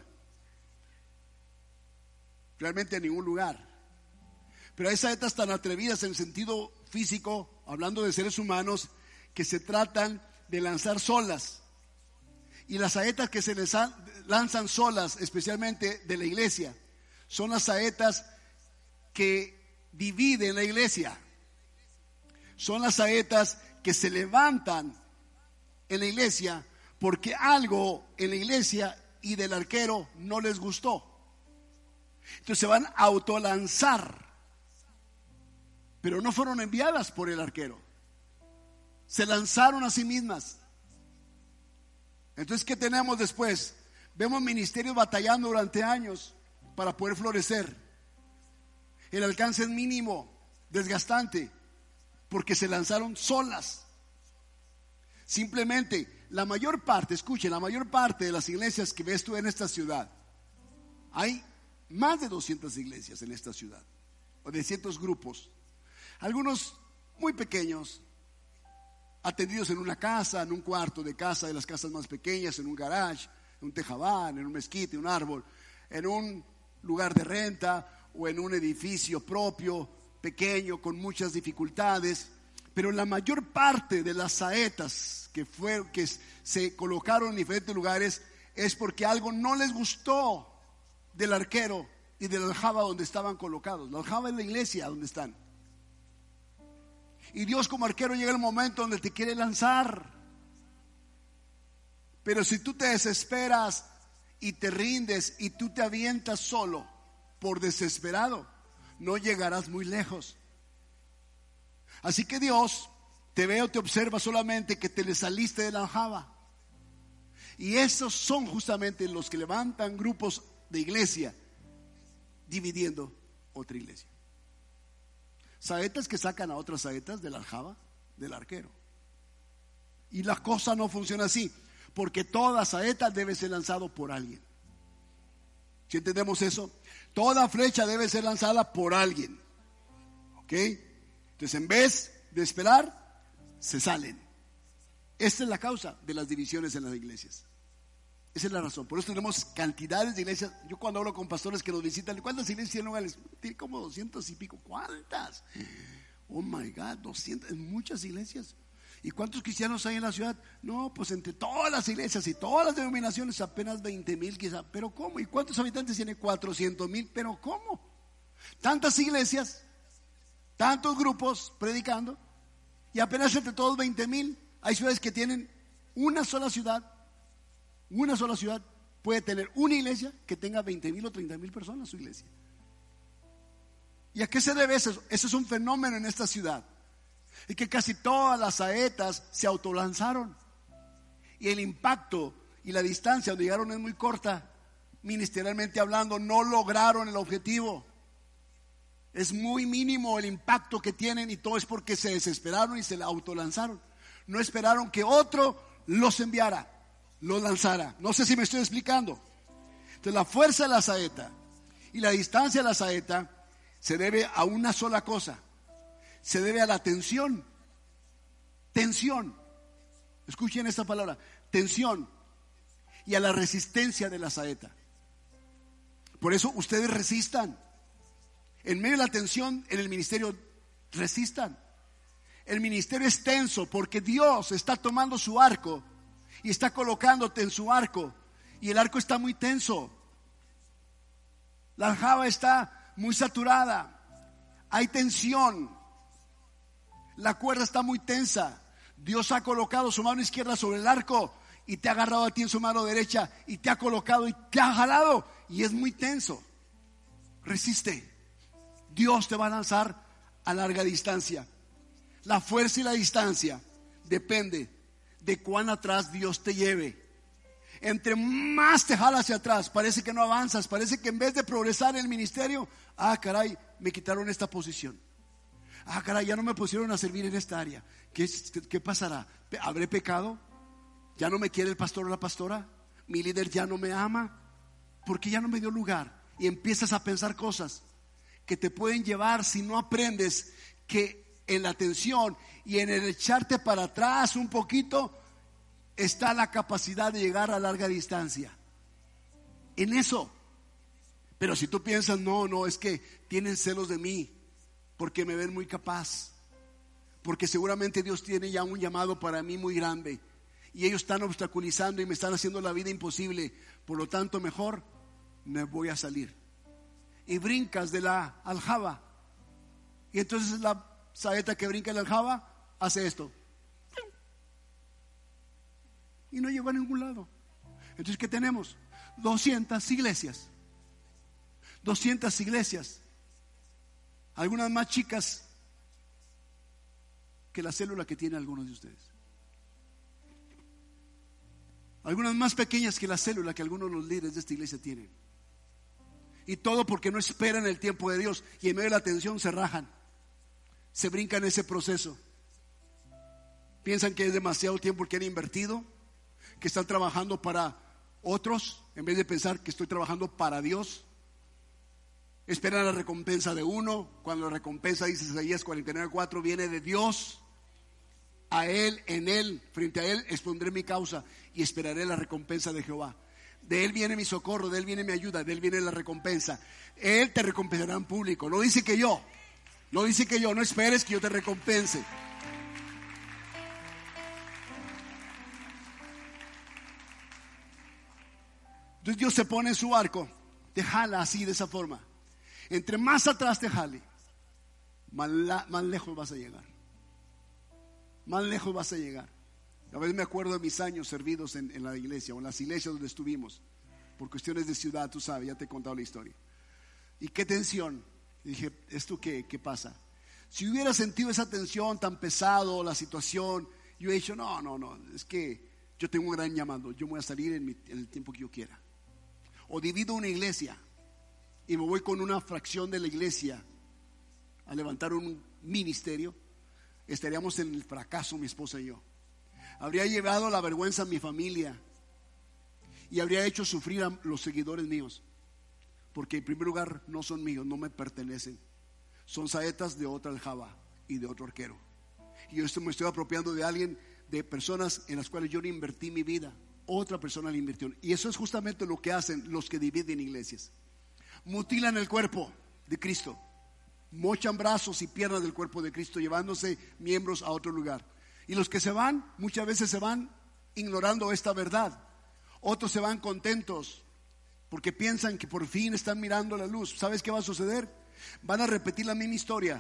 Realmente a ningún lugar. Pero hay saetas tan atrevidas en el sentido físico, hablando de seres humanos, que se tratan de lanzar solas. Y las saetas que se les lanzan solas, especialmente de la iglesia, son las saetas que dividen la iglesia. Son las saetas que se levantan en la iglesia porque algo en la iglesia y del arquero no les gustó. Entonces se van a autolanzar. Pero no fueron enviadas por el arquero. Se lanzaron a sí mismas. Entonces, ¿qué tenemos después? Vemos ministerios batallando durante años para poder florecer. El alcance es mínimo, desgastante, porque se lanzaron solas. Simplemente, la mayor parte, escuchen, la mayor parte de las iglesias que ves tú en esta ciudad, hay más de doscientas iglesias en esta ciudad, o de cientos grupos. Algunos muy pequeños, atendidos en una casa, en un cuarto de casa, de las casas más pequeñas, en un garage, en un tejabán, en un mezquite, un árbol, en un lugar de renta o en un edificio propio, pequeño, con muchas dificultades. Pero la mayor parte de las saetas que, fue, que se colocaron en diferentes lugares es porque algo no les gustó del arquero y de la aljaba donde estaban colocados. La aljaba es la iglesia donde están. Y Dios como arquero llega el momento donde te quiere lanzar. Pero si tú te desesperas y te rindes y tú te avientas solo por desesperado, no llegarás muy lejos. Así que Dios te ve o te observa solamente que te le saliste de la aljaba. Y esos son justamente los que levantan grupos de iglesia dividiendo otra iglesia. Saetas que sacan a otras saetas de la aljaba del arquero. Y la cosa no funciona así, porque toda saeta debe ser lanzada por alguien. ¿Sí entendemos eso? Toda flecha debe ser lanzada por alguien. ¿Ok? Entonces, en vez de esperar, se salen. Esta es la causa de las divisiones en las iglesias. Esa es la razón. Por eso tenemos cantidades de iglesias. Yo cuando hablo con pastores que nos visitan, ¿cuántas iglesias tienen lugares? Tiene como doscientos y pico. ¿Cuántas? Oh my God, doscientas. En muchas iglesias. ¿Y cuántos cristianos hay en la ciudad? No, pues entre todas las iglesias y todas las denominaciones apenas veinte mil quizá. ¿Pero cómo? ¿Y cuántos habitantes tiene? cuatrocientos mil. ¿Pero cómo? Tantas iglesias, tantos grupos predicando y apenas entre todos veinte mil. Hay ciudades que tienen una sola ciudad. Una sola ciudad puede tener una iglesia que tenga veinte mil o treinta mil personas su iglesia. ¿Y a qué se debe eso? Eso es un fenómeno en esta ciudad. Y que casi todas las saetas se autolanzaron. Y el impacto y la distancia donde llegaron es muy corta. Ministerialmente hablando, no lograron el objetivo. Es muy mínimo el impacto que tienen y todo es porque se desesperaron y se autolanzaron. No esperaron que otro los enviara, los lanzara. No sé si me estoy explicando. Entonces la fuerza de la saeta y la distancia de la saeta se debe a una sola cosa. Se debe a la tensión. Tensión. Escuchen esta palabra. Tensión. Y a la resistencia de la saeta. Por eso ustedes resistan. En medio de la tensión en el ministerio, resistan. El ministerio es tenso porque Dios está tomando su arco y está colocándote en su arco. Y el arco está muy tenso. La aljaba está muy saturada. Hay tensión. La cuerda está muy tensa. Dios ha colocado su mano izquierda sobre el arco y te ha agarrado a ti en su mano derecha y te ha colocado y te ha jalado y es muy tenso. Resiste. Dios te va a lanzar a larga distancia. La fuerza y la distancia depende de cuán atrás Dios te lleve. Entre más te jala hacia atrás, parece que no avanzas, parece que en vez de progresar en el ministerio, ah caray, me quitaron esta posición. Ah, caray, ya no me pusieron a servir en esta área. ¿Qué, qué, qué pasará? ¿Habré pecado? ¿Ya no me quiere el pastor o la pastora? ¿Mi líder ya no me ama? ¿Por qué ya no me dio lugar? Y empiezas a pensar cosas que te pueden llevar, si no aprendes, que en la tensión y en el echarte para atrás un poquito está la capacidad de llegar a larga distancia. En eso. Pero si tú piensas, no, no, es que tienen celos de mí porque me ven muy capaz, porque seguramente Dios tiene ya un llamado para mí muy grande y ellos están obstaculizando y me están haciendo la vida imposible, por lo tanto mejor me voy a salir. Y brincas de la aljaba y entonces la saeta que brinca en la aljaba hace esto y no llegó a ningún lado. Entonces, ¿qué tenemos? doscientas iglesias, doscientas iglesias, algunas más chicas que la célula que tienen algunos de ustedes, algunas más pequeñas que la célula que algunos de los líderes de esta iglesia tienen. Y todo porque no esperan el tiempo de Dios y en medio de la tensión se rajan, se brincan ese proceso. Piensan que es demasiado tiempo que han invertido, que están trabajando para otros en vez de pensar que estoy trabajando para Dios. Esperan la recompensa de uno, cuando la recompensa, dice Isaías cuarenta y nueve cuatro, viene de Dios. A Él, en Él, frente a Él expondré mi causa y esperaré la recompensa de Jehová. De Él viene mi socorro, de Él viene mi ayuda, de Él viene la recompensa. Él te recompensará en público. No dice que yo, no dice que yo, no esperes que yo te recompense. Entonces Dios se pone en su arco, te jala así, de esa forma. Entre más atrás te jale, más, la, más lejos vas a llegar. más lejos vas a llegar. A veces me acuerdo de mis años servidos en, en la iglesia o en las iglesias donde estuvimos, por cuestiones de ciudad, tú sabes, ya te he contado la historia. Y qué tensión. Y dije, ¿esto qué, qué pasa? Si hubiera sentido esa tensión tan pesado, la situación, yo he dicho, no, no, no, es que yo tengo un gran llamado, yo voy a salir en, mi, en el tiempo que yo quiera. O divido una iglesia y me voy con una fracción de la iglesia a levantar un ministerio, estaríamos en el fracaso mi esposa y yo. Habría llevado la vergüenza a mi familia y habría hecho sufrir a los seguidores míos, porque en primer lugar no son míos, no me pertenecen, son saetas de otra aljaba y de otro arquero. Y yo me estoy apropiando de alguien, de personas en las cuales yo le invertí mi vida, otra persona le invirtió. Y eso es justamente lo que hacen los que dividen iglesias. Mutilan el cuerpo de Cristo, mochan brazos y piernas del cuerpo de Cristo, llevándose miembros a otro lugar. Y los que se van, muchas veces se van ignorando esta verdad. Otros se van contentos porque piensan que por fin están mirando la luz. ¿Sabes qué va a suceder? Van a repetir la misma historia.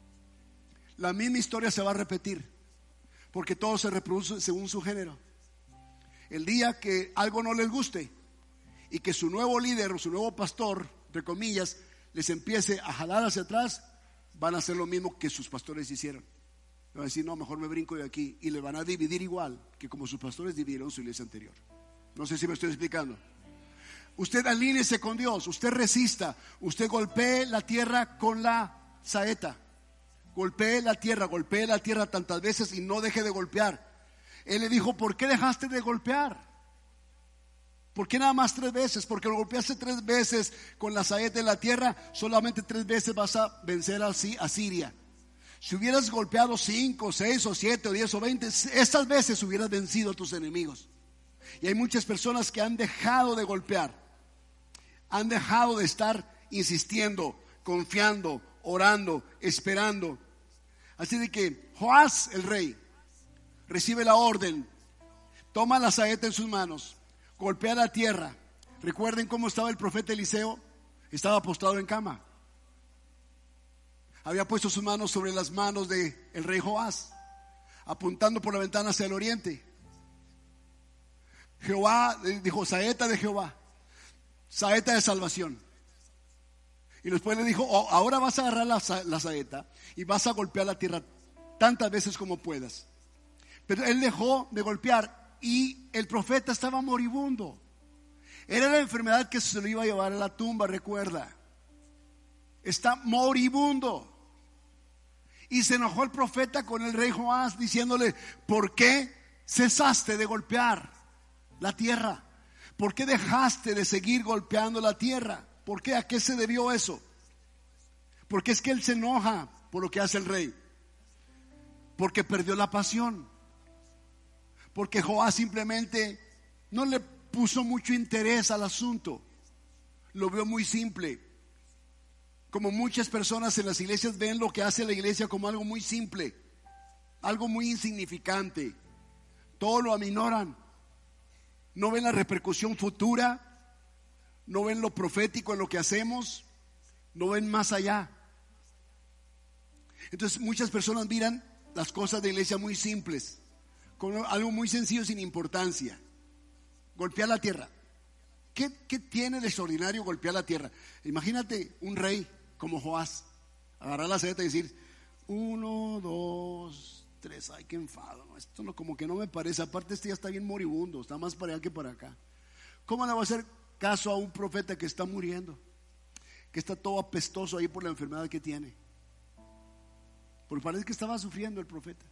La misma historia se va a repetir, porque todo se reproduce según su género. El día que algo no les guste y que su nuevo líder o su nuevo pastor, entre comillas, les empiece a jalar hacia atrás, van a hacer lo mismo que sus pastores hicieron. Van a decir, no, mejor me brinco de aquí, y le van a dividir igual que como sus pastores dividieron su iglesia anterior. No sé si me estoy explicando. Usted alíñese con Dios, usted resista, usted golpee la tierra con la saeta. Golpee la tierra, golpee la tierra tantas veces y no deje de golpear. Él le dijo, ¿por qué dejaste de golpear? ¿Por qué nada más tres veces? Porque lo golpeaste tres veces con la saeta en la tierra, solamente tres veces vas a vencer a Siria. Si hubieras golpeado cinco, seis o siete o diez o veinte, estas veces hubieras vencido a tus enemigos. Y hay muchas personas que han dejado de golpear, han dejado de estar insistiendo, confiando, orando, esperando. Así de que Joás, el rey, recibe la orden, toma la saeta en sus manos, golpea la tierra. Recuerden cómo estaba el profeta Eliseo. Estaba postrado en cama. Había puesto sus manos sobre las manos del rey Joás, apuntando por la ventana hacia el oriente. Jehová dijo, saeta de Jehová, saeta de salvación. Y después le dijo, oh, ahora vas a agarrar la, la saeta y vas a golpear la tierra tantas veces como puedas. Pero él dejó de golpear y el profeta estaba moribundo. Era la enfermedad que se lo iba a llevar a la tumba, recuerda. Está moribundo. Y se enojó el profeta con el rey Joás diciéndole, ¿por qué cesaste de golpear la tierra? ¿Por qué dejaste de seguir golpeando la tierra? ¿Por qué? ¿A qué se debió eso? Porque es que él se enoja por lo que hace el rey. Porque perdió la pasión. Porque Joás simplemente no le puso mucho interés al asunto. Lo vio muy simple. Como muchas personas en las iglesias ven lo que hace la iglesia como algo muy simple, algo muy insignificante. Todo lo aminoran. No ven la repercusión futura. No ven lo profético en lo que hacemos. No ven más allá. Entonces muchas personas miran las cosas de la iglesia muy simples, como algo muy sencillo sin importancia. Golpear la tierra. ¿Qué, qué tiene de extraordinario golpear la tierra? Imagínate un rey como Joás, agarrar la saeta y decir, uno, dos, tres, ay, qué enfado, no, esto no, como que no me parece, aparte este ya está bien moribundo, está más para allá que para acá. ¿Cómo le va a hacer caso a un profeta que está muriendo, que está todo apestoso ahí por la enfermedad que tiene? Porque parece que estaba sufriendo el profeta,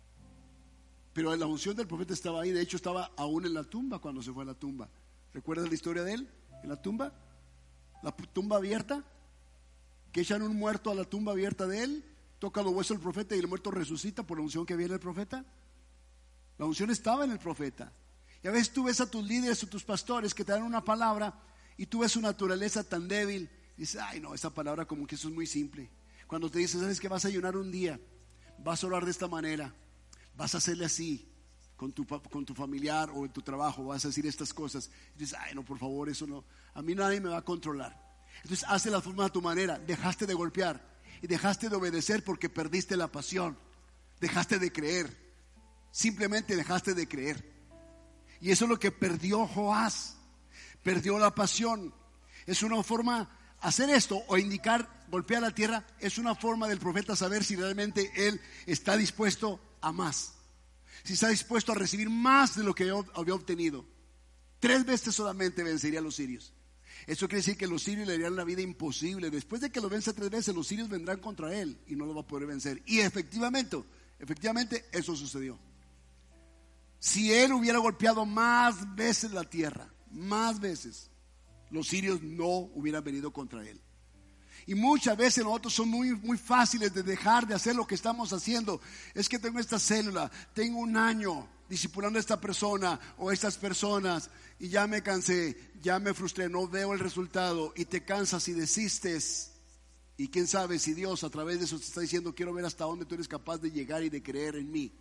pero la unción del profeta estaba ahí. De hecho estaba aún en la tumba cuando se fue a la tumba. ¿Recuerdas la historia de él? En la tumba, la tumba abierta, que echan un muerto a la tumba abierta de él, toca los huesos del profeta y el muerto resucita por la unción que había en el profeta. La unción estaba en el profeta. Y a veces tú ves a tus líderes o tus pastores que te dan una palabra y tú ves su naturaleza tan débil y dices, ay no, esa palabra como que eso es muy simple. Cuando te dicen, sabes que vas a ayunar un día, vas a orar de esta manera, vas a hacerle así con tu, con tu familiar o en tu trabajo, vas a decir estas cosas, y dices, ay no, por favor, eso no, a mí nadie me va a controlar. Entonces hace la forma a tu manera. Dejaste de golpear y dejaste de obedecer porque perdiste la pasión, dejaste de creer. simplemente dejaste de creer. Y eso es lo que perdió Joás. Perdió la pasión. Es una forma, hacer esto o indicar, golpear la tierra, es una forma del profeta saber si realmente él está dispuesto a más. Si está dispuesto a recibir más de lo que había obtenido. Tres veces solamente vencería a los sirios. Eso quiere decir que los sirios le harían la vida imposible. Después de que lo vence tres veces, los sirios vendrán contra él y no lo va a poder vencer. Y efectivamente, efectivamente eso sucedió. Si él hubiera golpeado más veces la tierra, más veces, los sirios no hubieran venido contra él. Y muchas veces nosotros somos muy, muy fáciles de dejar de hacer lo que estamos haciendo. Es que tengo esta célula, tengo un año discipulando a esta persona o estas personas y ya me cansé, ya me frustré, no veo el resultado y te cansas y desistes. Y quién sabe si Dios a través de eso te está diciendo: quiero ver hasta dónde tú eres capaz de llegar y de creer en mí.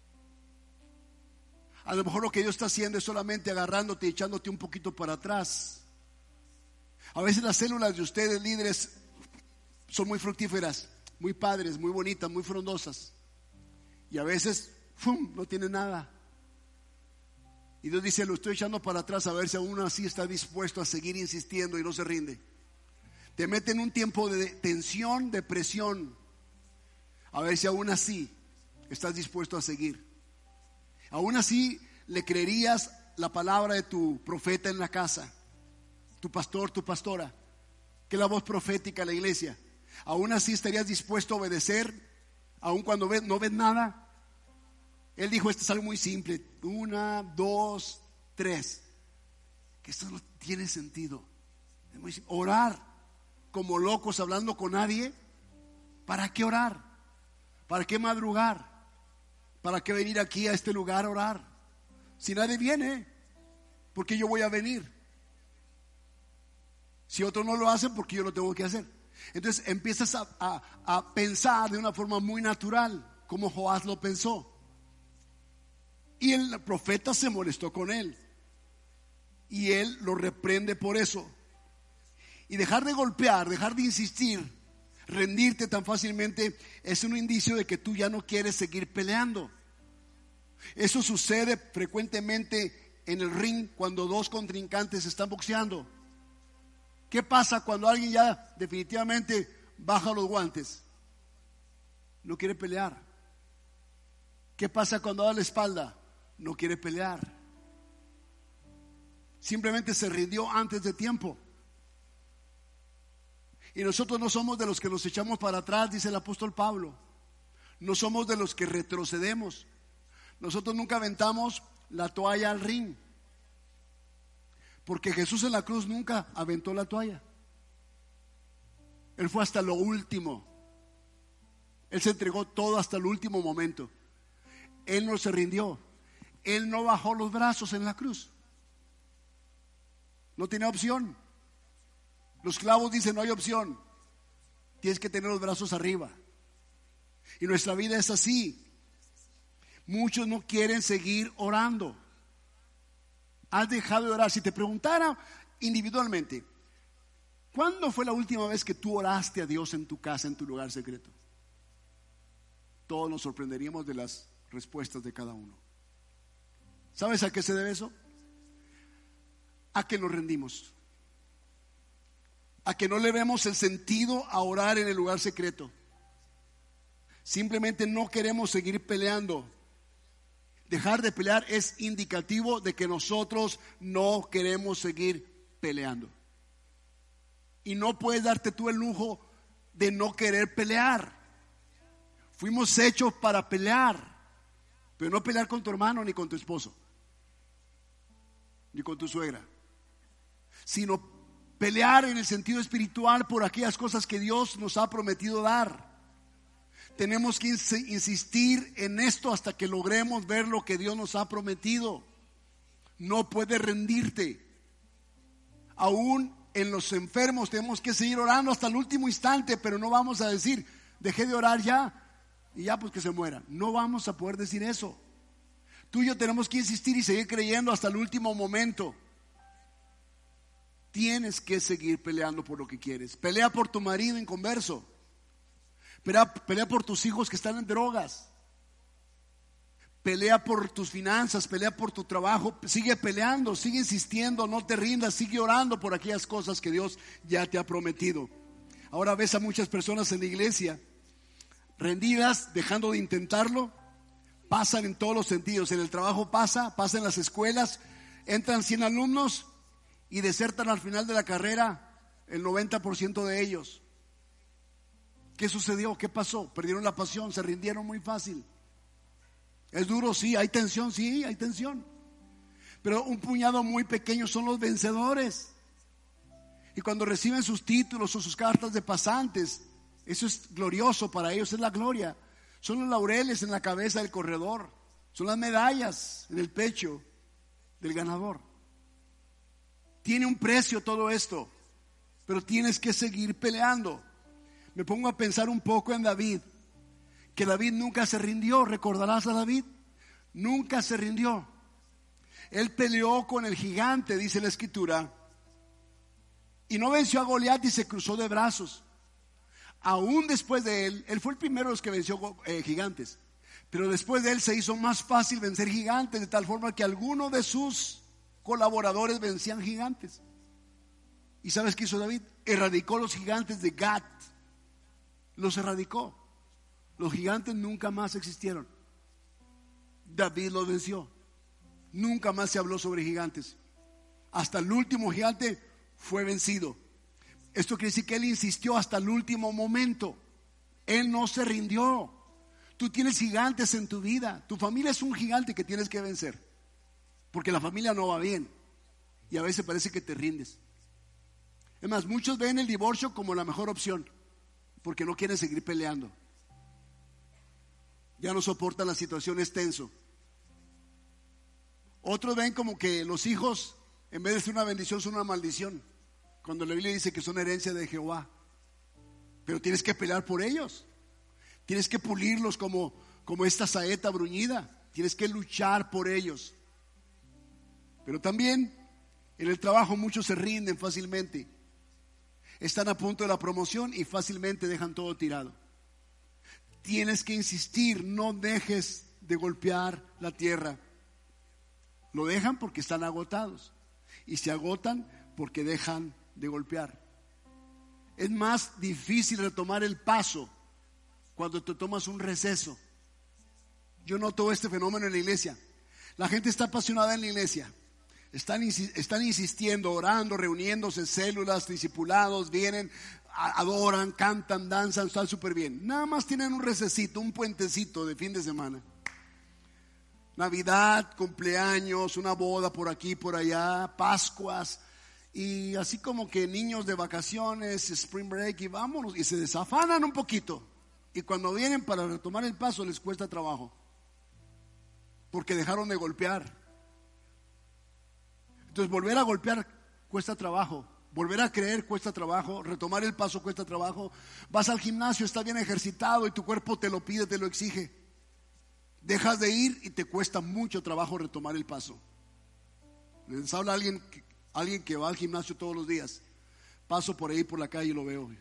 A lo mejor lo que Dios está haciendo es solamente agarrándote y echándote un poquito para atrás. A veces las células de ustedes líderes son muy fructíferas, muy padres, muy bonitas, muy frondosas. Y a veces, ¡fum!, no tiene nada. Y Dios dice: lo estoy echando para atrás a ver si aún así está dispuesto a seguir insistiendo y no se rinde. Te mete en un tiempo de tensión, de presión, a ver si aún así estás dispuesto a seguir. Aún así le creerías la palabra de tu profeta en la casa, tu pastor, tu pastora, que es la voz profética de la iglesia. Aún así estarías dispuesto a obedecer, aun cuando ves, no ves nada. Él dijo: esto es algo muy simple, una, dos, tres, que esto no tiene sentido. Es muy simple. Orar como locos hablando con nadie. ¿Para qué orar? ¿Para qué madrugar? ¿Para qué venir aquí a este lugar a orar? Si nadie viene, ¿por qué yo voy a venir? Si otros no lo hacen, ¿por qué yo lo tengo que hacer? Entonces empiezas a, a, a pensar de una forma muy natural, como Joás lo pensó. Y el profeta se molestó con él. Y él lo reprende por eso. Y dejar de golpear, dejar de insistir, rendirte tan fácilmente, es un indicio de que tú ya no quieres seguir peleando. Eso sucede frecuentemente en el ring cuando dos contrincantes están boxeando. ¿Qué pasa cuando alguien ya definitivamente baja los guantes? No quiere pelear. ¿Qué pasa cuando da la espalda? No quiere pelear. Simplemente se rindió antes de tiempo. Y nosotros no somos de los que nos echamos para atrás, dice el apóstol Pablo. No somos de los que retrocedemos. Nosotros nunca aventamos la toalla al ring. Porque Jesús en la cruz nunca aventó la toalla. Él fue hasta lo último. Él se entregó todo hasta el último momento. Él no se rindió. Él no bajó los brazos en la cruz. No tenía opción. Los clavos dicen: no hay opción. Tienes que tener los brazos arriba. Y nuestra vida es así. Muchos no quieren seguir orando. Has dejado de orar. Si te preguntara individualmente, ¿cuándo fue la última vez que tú oraste a Dios en tu casa, en tu lugar secreto? Todos nos sorprenderíamos de las respuestas de cada uno. ¿Sabes a qué se debe eso? A que nos rendimos. A que no le vemos el sentido a orar en el lugar secreto. Simplemente no queremos seguir peleando. Dejar de pelear es indicativo de que nosotros no queremos seguir peleando. Y no puedes darte tú el lujo de no querer pelear. Fuimos hechos para pelear, pero no pelear con tu hermano, ni con tu esposo, ni con tu suegra, sino pelear en el sentido espiritual por aquellas cosas que Dios nos ha prometido dar. Tenemos que insistir en esto hasta que logremos ver lo que Dios nos ha prometido. No puedes rendirte. Aún en los enfermos tenemos que seguir orando hasta el último instante, pero no vamos a decir: dejé de orar ya y ya pues que se muera. No vamos a poder decir eso. Tú y yo tenemos que insistir y seguir creyendo hasta el último momento. Tienes que seguir peleando por lo que quieres. Pelea por tu marido inconverso. Pelea, pelea por tus hijos que están en drogas. Pelea por tus finanzas, pelea por tu trabajo, sigue peleando, sigue insistiendo, no te rindas, sigue orando por aquellas cosas que Dios ya te ha prometido. Ahora ves a muchas personas en la iglesia rendidas, dejando de intentarlo. Pasan en todos los sentidos, en el trabajo pasa, pasa en las escuelas, entran cien alumnos y desertan al final de la carrera el noventa por ciento de ellos. ¿Qué sucedió? ¿Qué pasó? Perdieron la pasión, se rindieron muy fácil. Es duro, sí, hay tensión, sí, hay tensión. Pero un puñado muy pequeño son los vencedores. Y cuando reciben sus títulos o sus cartas de pasantes, eso es glorioso para ellos, es la gloria. Son los laureles en la cabeza del corredor, son las medallas en el pecho del ganador. Tiene un precio todo esto, pero tienes que seguir peleando. Me pongo a pensar un poco en David, que David nunca se rindió. ¿Recordarás a David? Nunca se rindió. Él peleó con el gigante, dice la escritura, y no venció a Goliat y se cruzó de brazos. Aún después de él, él fue el primero de los que venció eh, gigantes, pero después de él se hizo más fácil vencer gigantes, de tal forma que algunos de sus colaboradores vencían gigantes. ¿Y sabes qué hizo David? Erradicó los gigantes de Gat, los erradicó. Los gigantes nunca más existieron. David los venció. Nunca más se habló sobre gigantes. Hasta el último gigante fue vencido. Esto quiere decir que él insistió hasta el último momento. Él no se rindió. Tú tienes gigantes en tu vida. Tu familia es un gigante que tienes que vencer, porque la familia no va bien y a veces parece que te rindes. Es más, muchos ven el divorcio como la mejor opción porque no quieren seguir peleando. Ya no soportan la situación, es tenso. Otros ven como que los hijos, en vez de ser una bendición, son una maldición, cuando la Biblia dice que son herencia de Jehová. Pero tienes que pelear por ellos. Tienes que pulirlos como, como esta saeta bruñida. Tienes que luchar por ellos. Pero también en el trabajo muchos se rinden fácilmente. Están a punto de la promoción y fácilmente dejan todo tirado. Tienes que insistir, no dejes de golpear la tierra. Lo dejan porque están agotados y se agotan porque dejan de golpear. Es más difícil retomar el paso cuando te tomas un receso. Yo noto este fenómeno en la iglesia. La gente está apasionada en la iglesia. Están, están insistiendo, orando, reuniéndose, células, discipulados, vienen, adoran, cantan, danzan, están súper bien. Nada más tienen un recesito, un puentecito de fin de semana. Navidad, cumpleaños, una boda por aquí, por allá, Pascuas, y así como que niños de vacaciones, spring break, y vámonos, y se desafanan un poquito. Y cuando vienen para retomar el paso les cuesta trabajo, porque dejaron de golpear. Entonces volver a golpear cuesta trabajo, volver a creer cuesta trabajo, retomar el paso cuesta trabajo. Vas al gimnasio, estás bien ejercitado y tu cuerpo te lo pide, te lo exige. Dejas de ir y te cuesta mucho trabajo retomar el paso. Les habla alguien que, alguien que va al gimnasio todos los días. Paso por ahí por la calle y lo veo.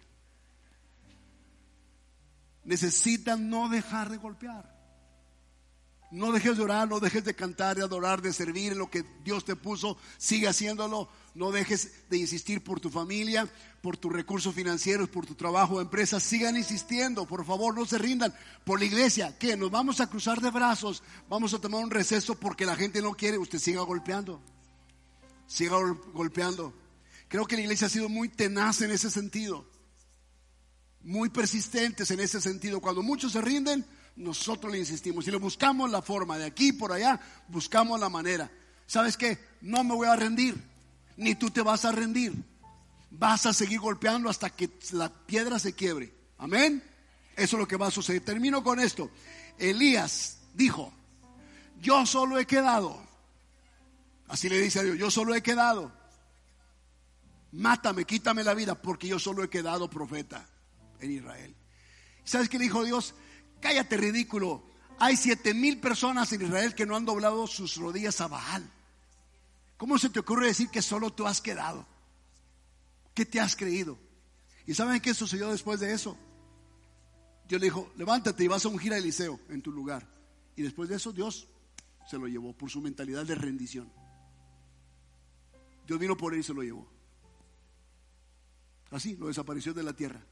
Necesitan no dejar de golpear. No dejes de orar, no dejes de cantar, de adorar, de servir en lo que Dios te puso. Sigue haciéndolo. No dejes de insistir por tu familia, por tus recursos financieros, por tu trabajo o empresa. Sigan insistiendo, por favor, no se rindan. Por la iglesia, ¿qué? Nos vamos a cruzar de brazos, vamos a tomar un receso porque la gente no quiere. Usted siga golpeando, siga golpeando. Creo que la iglesia ha sido muy tenaz en ese sentido, muy persistentes en ese sentido. Cuando muchos se rinden, nosotros le insistimos y le buscamos la forma, de aquí por allá, buscamos la manera. ¿Sabes qué? No me voy a rendir, ni tú te vas a rendir. Vas a seguir golpeando hasta que la piedra se quiebre. Amén. Eso es lo que va a suceder. Termino con esto. Elías dijo: yo solo he quedado. Así le dice a Dios: yo solo he quedado. Mátame, quítame la vida, porque yo solo he quedado profeta en Israel. ¿Sabes qué le dijo Dios? Cállate, ridículo. Hay siete mil personas en Israel que no han doblado sus rodillas a Baal. ¿Cómo se te ocurre decir que solo tú has quedado? ¿Qué te has creído? ¿Y saben qué sucedió después de eso? Dios le dijo: levántate y vas a ungir a Eliseo en tu lugar. Y después de eso Dios se lo llevó por su mentalidad de rendición. Dios vino por él y se lo llevó. Así, lo desapareció de la tierra.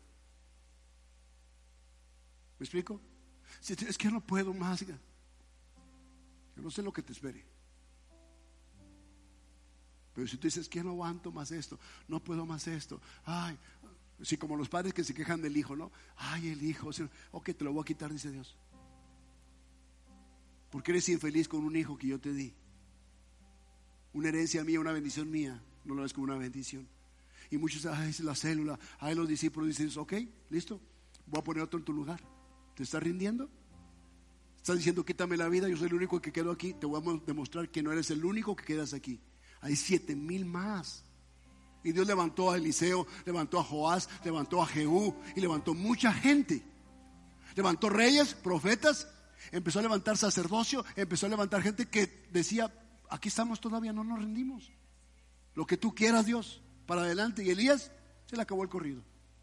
¿Me explico? Si es que yo no puedo más. Yo no sé lo que te espere. Pero si tú dices que no aguanto más esto, no puedo más esto, ay, sí, como los padres que se quejan del hijo, ¿no? Ay, el hijo, ok, te lo voy a quitar, dice Dios. Porque eres infeliz con un hijo que yo te di. Una herencia mía, una bendición mía, no lo ves como una bendición. Y muchos, ay, es la célula, ay, los discípulos dicen, ok, listo, voy a poner otro en tu lugar. ¿Te estás rindiendo? Estás diciendo, quítame la vida, yo soy el único que quedo aquí. Te voy a demostrar que no eres el único que quedas aquí. Hay siete mil más. Y Dios levantó a Eliseo, levantó a Joás, levantó a Jehú y levantó mucha gente. Levantó reyes, profetas, empezó a levantar sacerdocio, empezó a levantar gente que decía, aquí estamos todavía, no nos rendimos. Lo que tú quieras, Dios, para adelante. Y Elías se le acabó el corrido.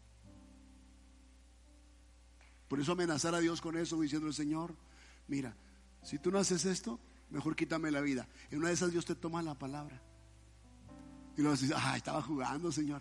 Por eso amenazar a Dios con eso, diciendo: Señor, mira, si tú no haces esto, mejor quítame la vida. En una de esas Dios te toma la palabra. Y luego dices: ay, estaba jugando, Señor.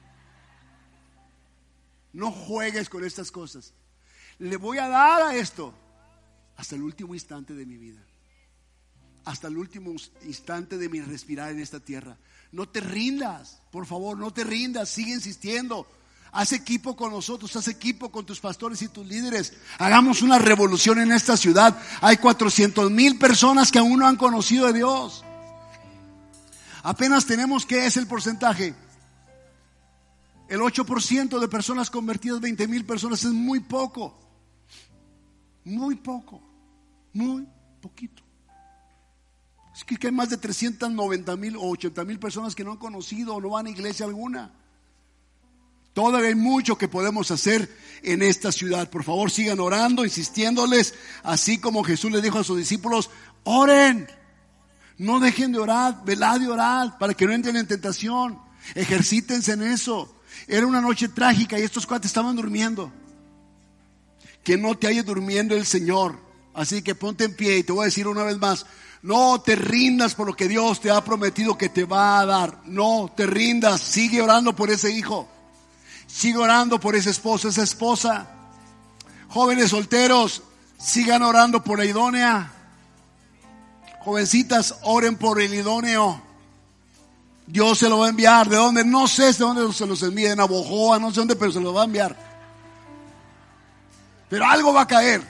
No juegues con estas cosas. Le voy a dar a esto hasta el último instante de mi vida, hasta el último instante de mi respirar en esta tierra. No te rindas, por favor, no te rindas. Sigue insistiendo. Haz equipo con nosotros, haz equipo con tus pastores y tus líderes. Hagamos una revolución en esta ciudad. Hay cuatrocientas mil personas que aún no han conocido a Dios. Apenas tenemos, ¿qué es el porcentaje? El ocho por ciento de personas convertidas, veinte mil personas, es muy poco. Muy poco. Muy poquito. Es que hay más de trescientas noventa mil o ochenta mil personas que no han conocido o no van a iglesia alguna. Todavía hay mucho que podemos hacer en esta ciudad. Por favor, sigan orando, insistiéndoles, así como Jesús les dijo a sus discípulos: oren, no dejen de orar, velad y orad, para que no entren en tentación. Ejercítense en eso. Era una noche trágica y estos cuates estaban durmiendo. Que no te haya durmiendo el Señor. Así que ponte en pie y te voy a decir una vez más: no te rindas por lo que Dios te ha prometido que te va a dar. No te rindas, sigue orando por ese hijo. Sigue orando por ese esposo, esa esposa. Jóvenes solteros, sigan orando por la idónea. Jovencitas, oren por el idóneo. Dios se lo va a enviar. ¿De dónde? No sé de dónde se los envía, en Abojoa, no sé dónde, pero se lo va a enviar. Pero algo va a caer.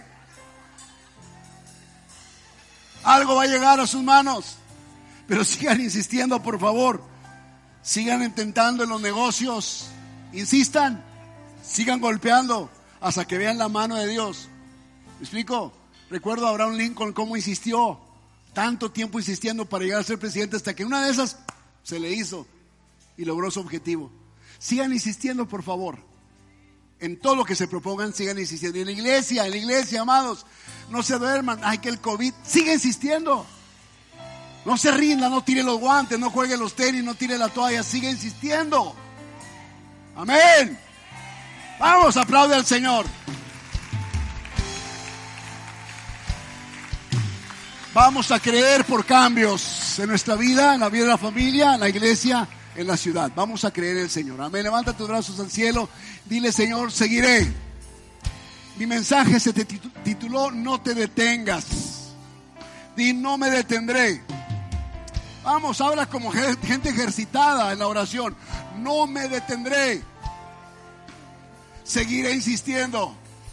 Algo va a llegar a sus manos. Pero sigan insistiendo, por favor. Sigan intentando en los negocios. Insistan, sigan golpeando hasta que vean la mano de Dios. ¿Me explico? Recuerdo a Abraham Lincoln cómo insistió, tanto tiempo insistiendo para llegar a ser presidente, hasta que una de esas se le hizo y logró su objetivo. Sigan insistiendo, por favor. En todo lo que se propongan, sigan insistiendo. Y en la iglesia, en la iglesia, amados, no se duerman. Ay, que el COVID, siga insistiendo. No se rinda, no tire los guantes, no juegue los tenis, no tire la toalla, siga insistiendo. Amén. Vamos, aplaude al Señor. Vamos a creer por cambios en nuestra vida, en la vida de la familia, en la iglesia, en la ciudad. Vamos a creer en el Señor. Amén. Levanta tus brazos al cielo. Dile: Señor, seguiré. Mi mensaje se tituló: no te detengas. Di: no me detendré. Vamos, habla como gente ejercitada en la oración. No me detendré. Seguiré insistiendo.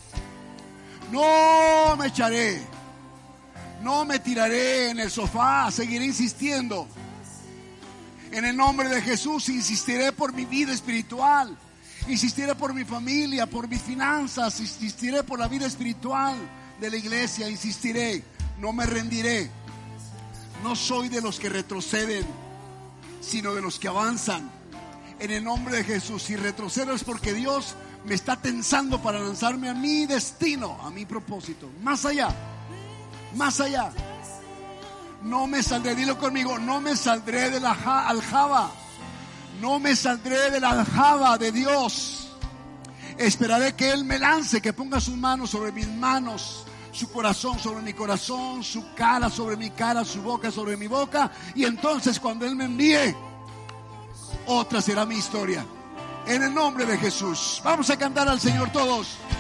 No me echaré. No me tiraré en el sofá. Seguiré insistiendo. En el nombre de Jesús insistiré por mi vida espiritual. Insistiré por mi familia, por mis finanzas. Insistiré por la vida espiritual de la iglesia. Insistiré. No me rendiré. No soy de los que retroceden, sino de los que avanzan. En el nombre de Jesús. Si retrocedo es porque Dios me está tensando para lanzarme a mi destino, a mi propósito. Más allá. Más allá. No me saldré, dilo conmigo, no me saldré de la aljaba. No me saldré de la aljaba de Dios. Esperaré que Él me lance, que ponga sus manos sobre mis manos, su corazón sobre mi corazón, su cara sobre mi cara, su boca sobre mi boca. Y entonces cuando Él me envíe, otra será mi historia. En el nombre de Jesús. Vamos a cantar al Señor todos.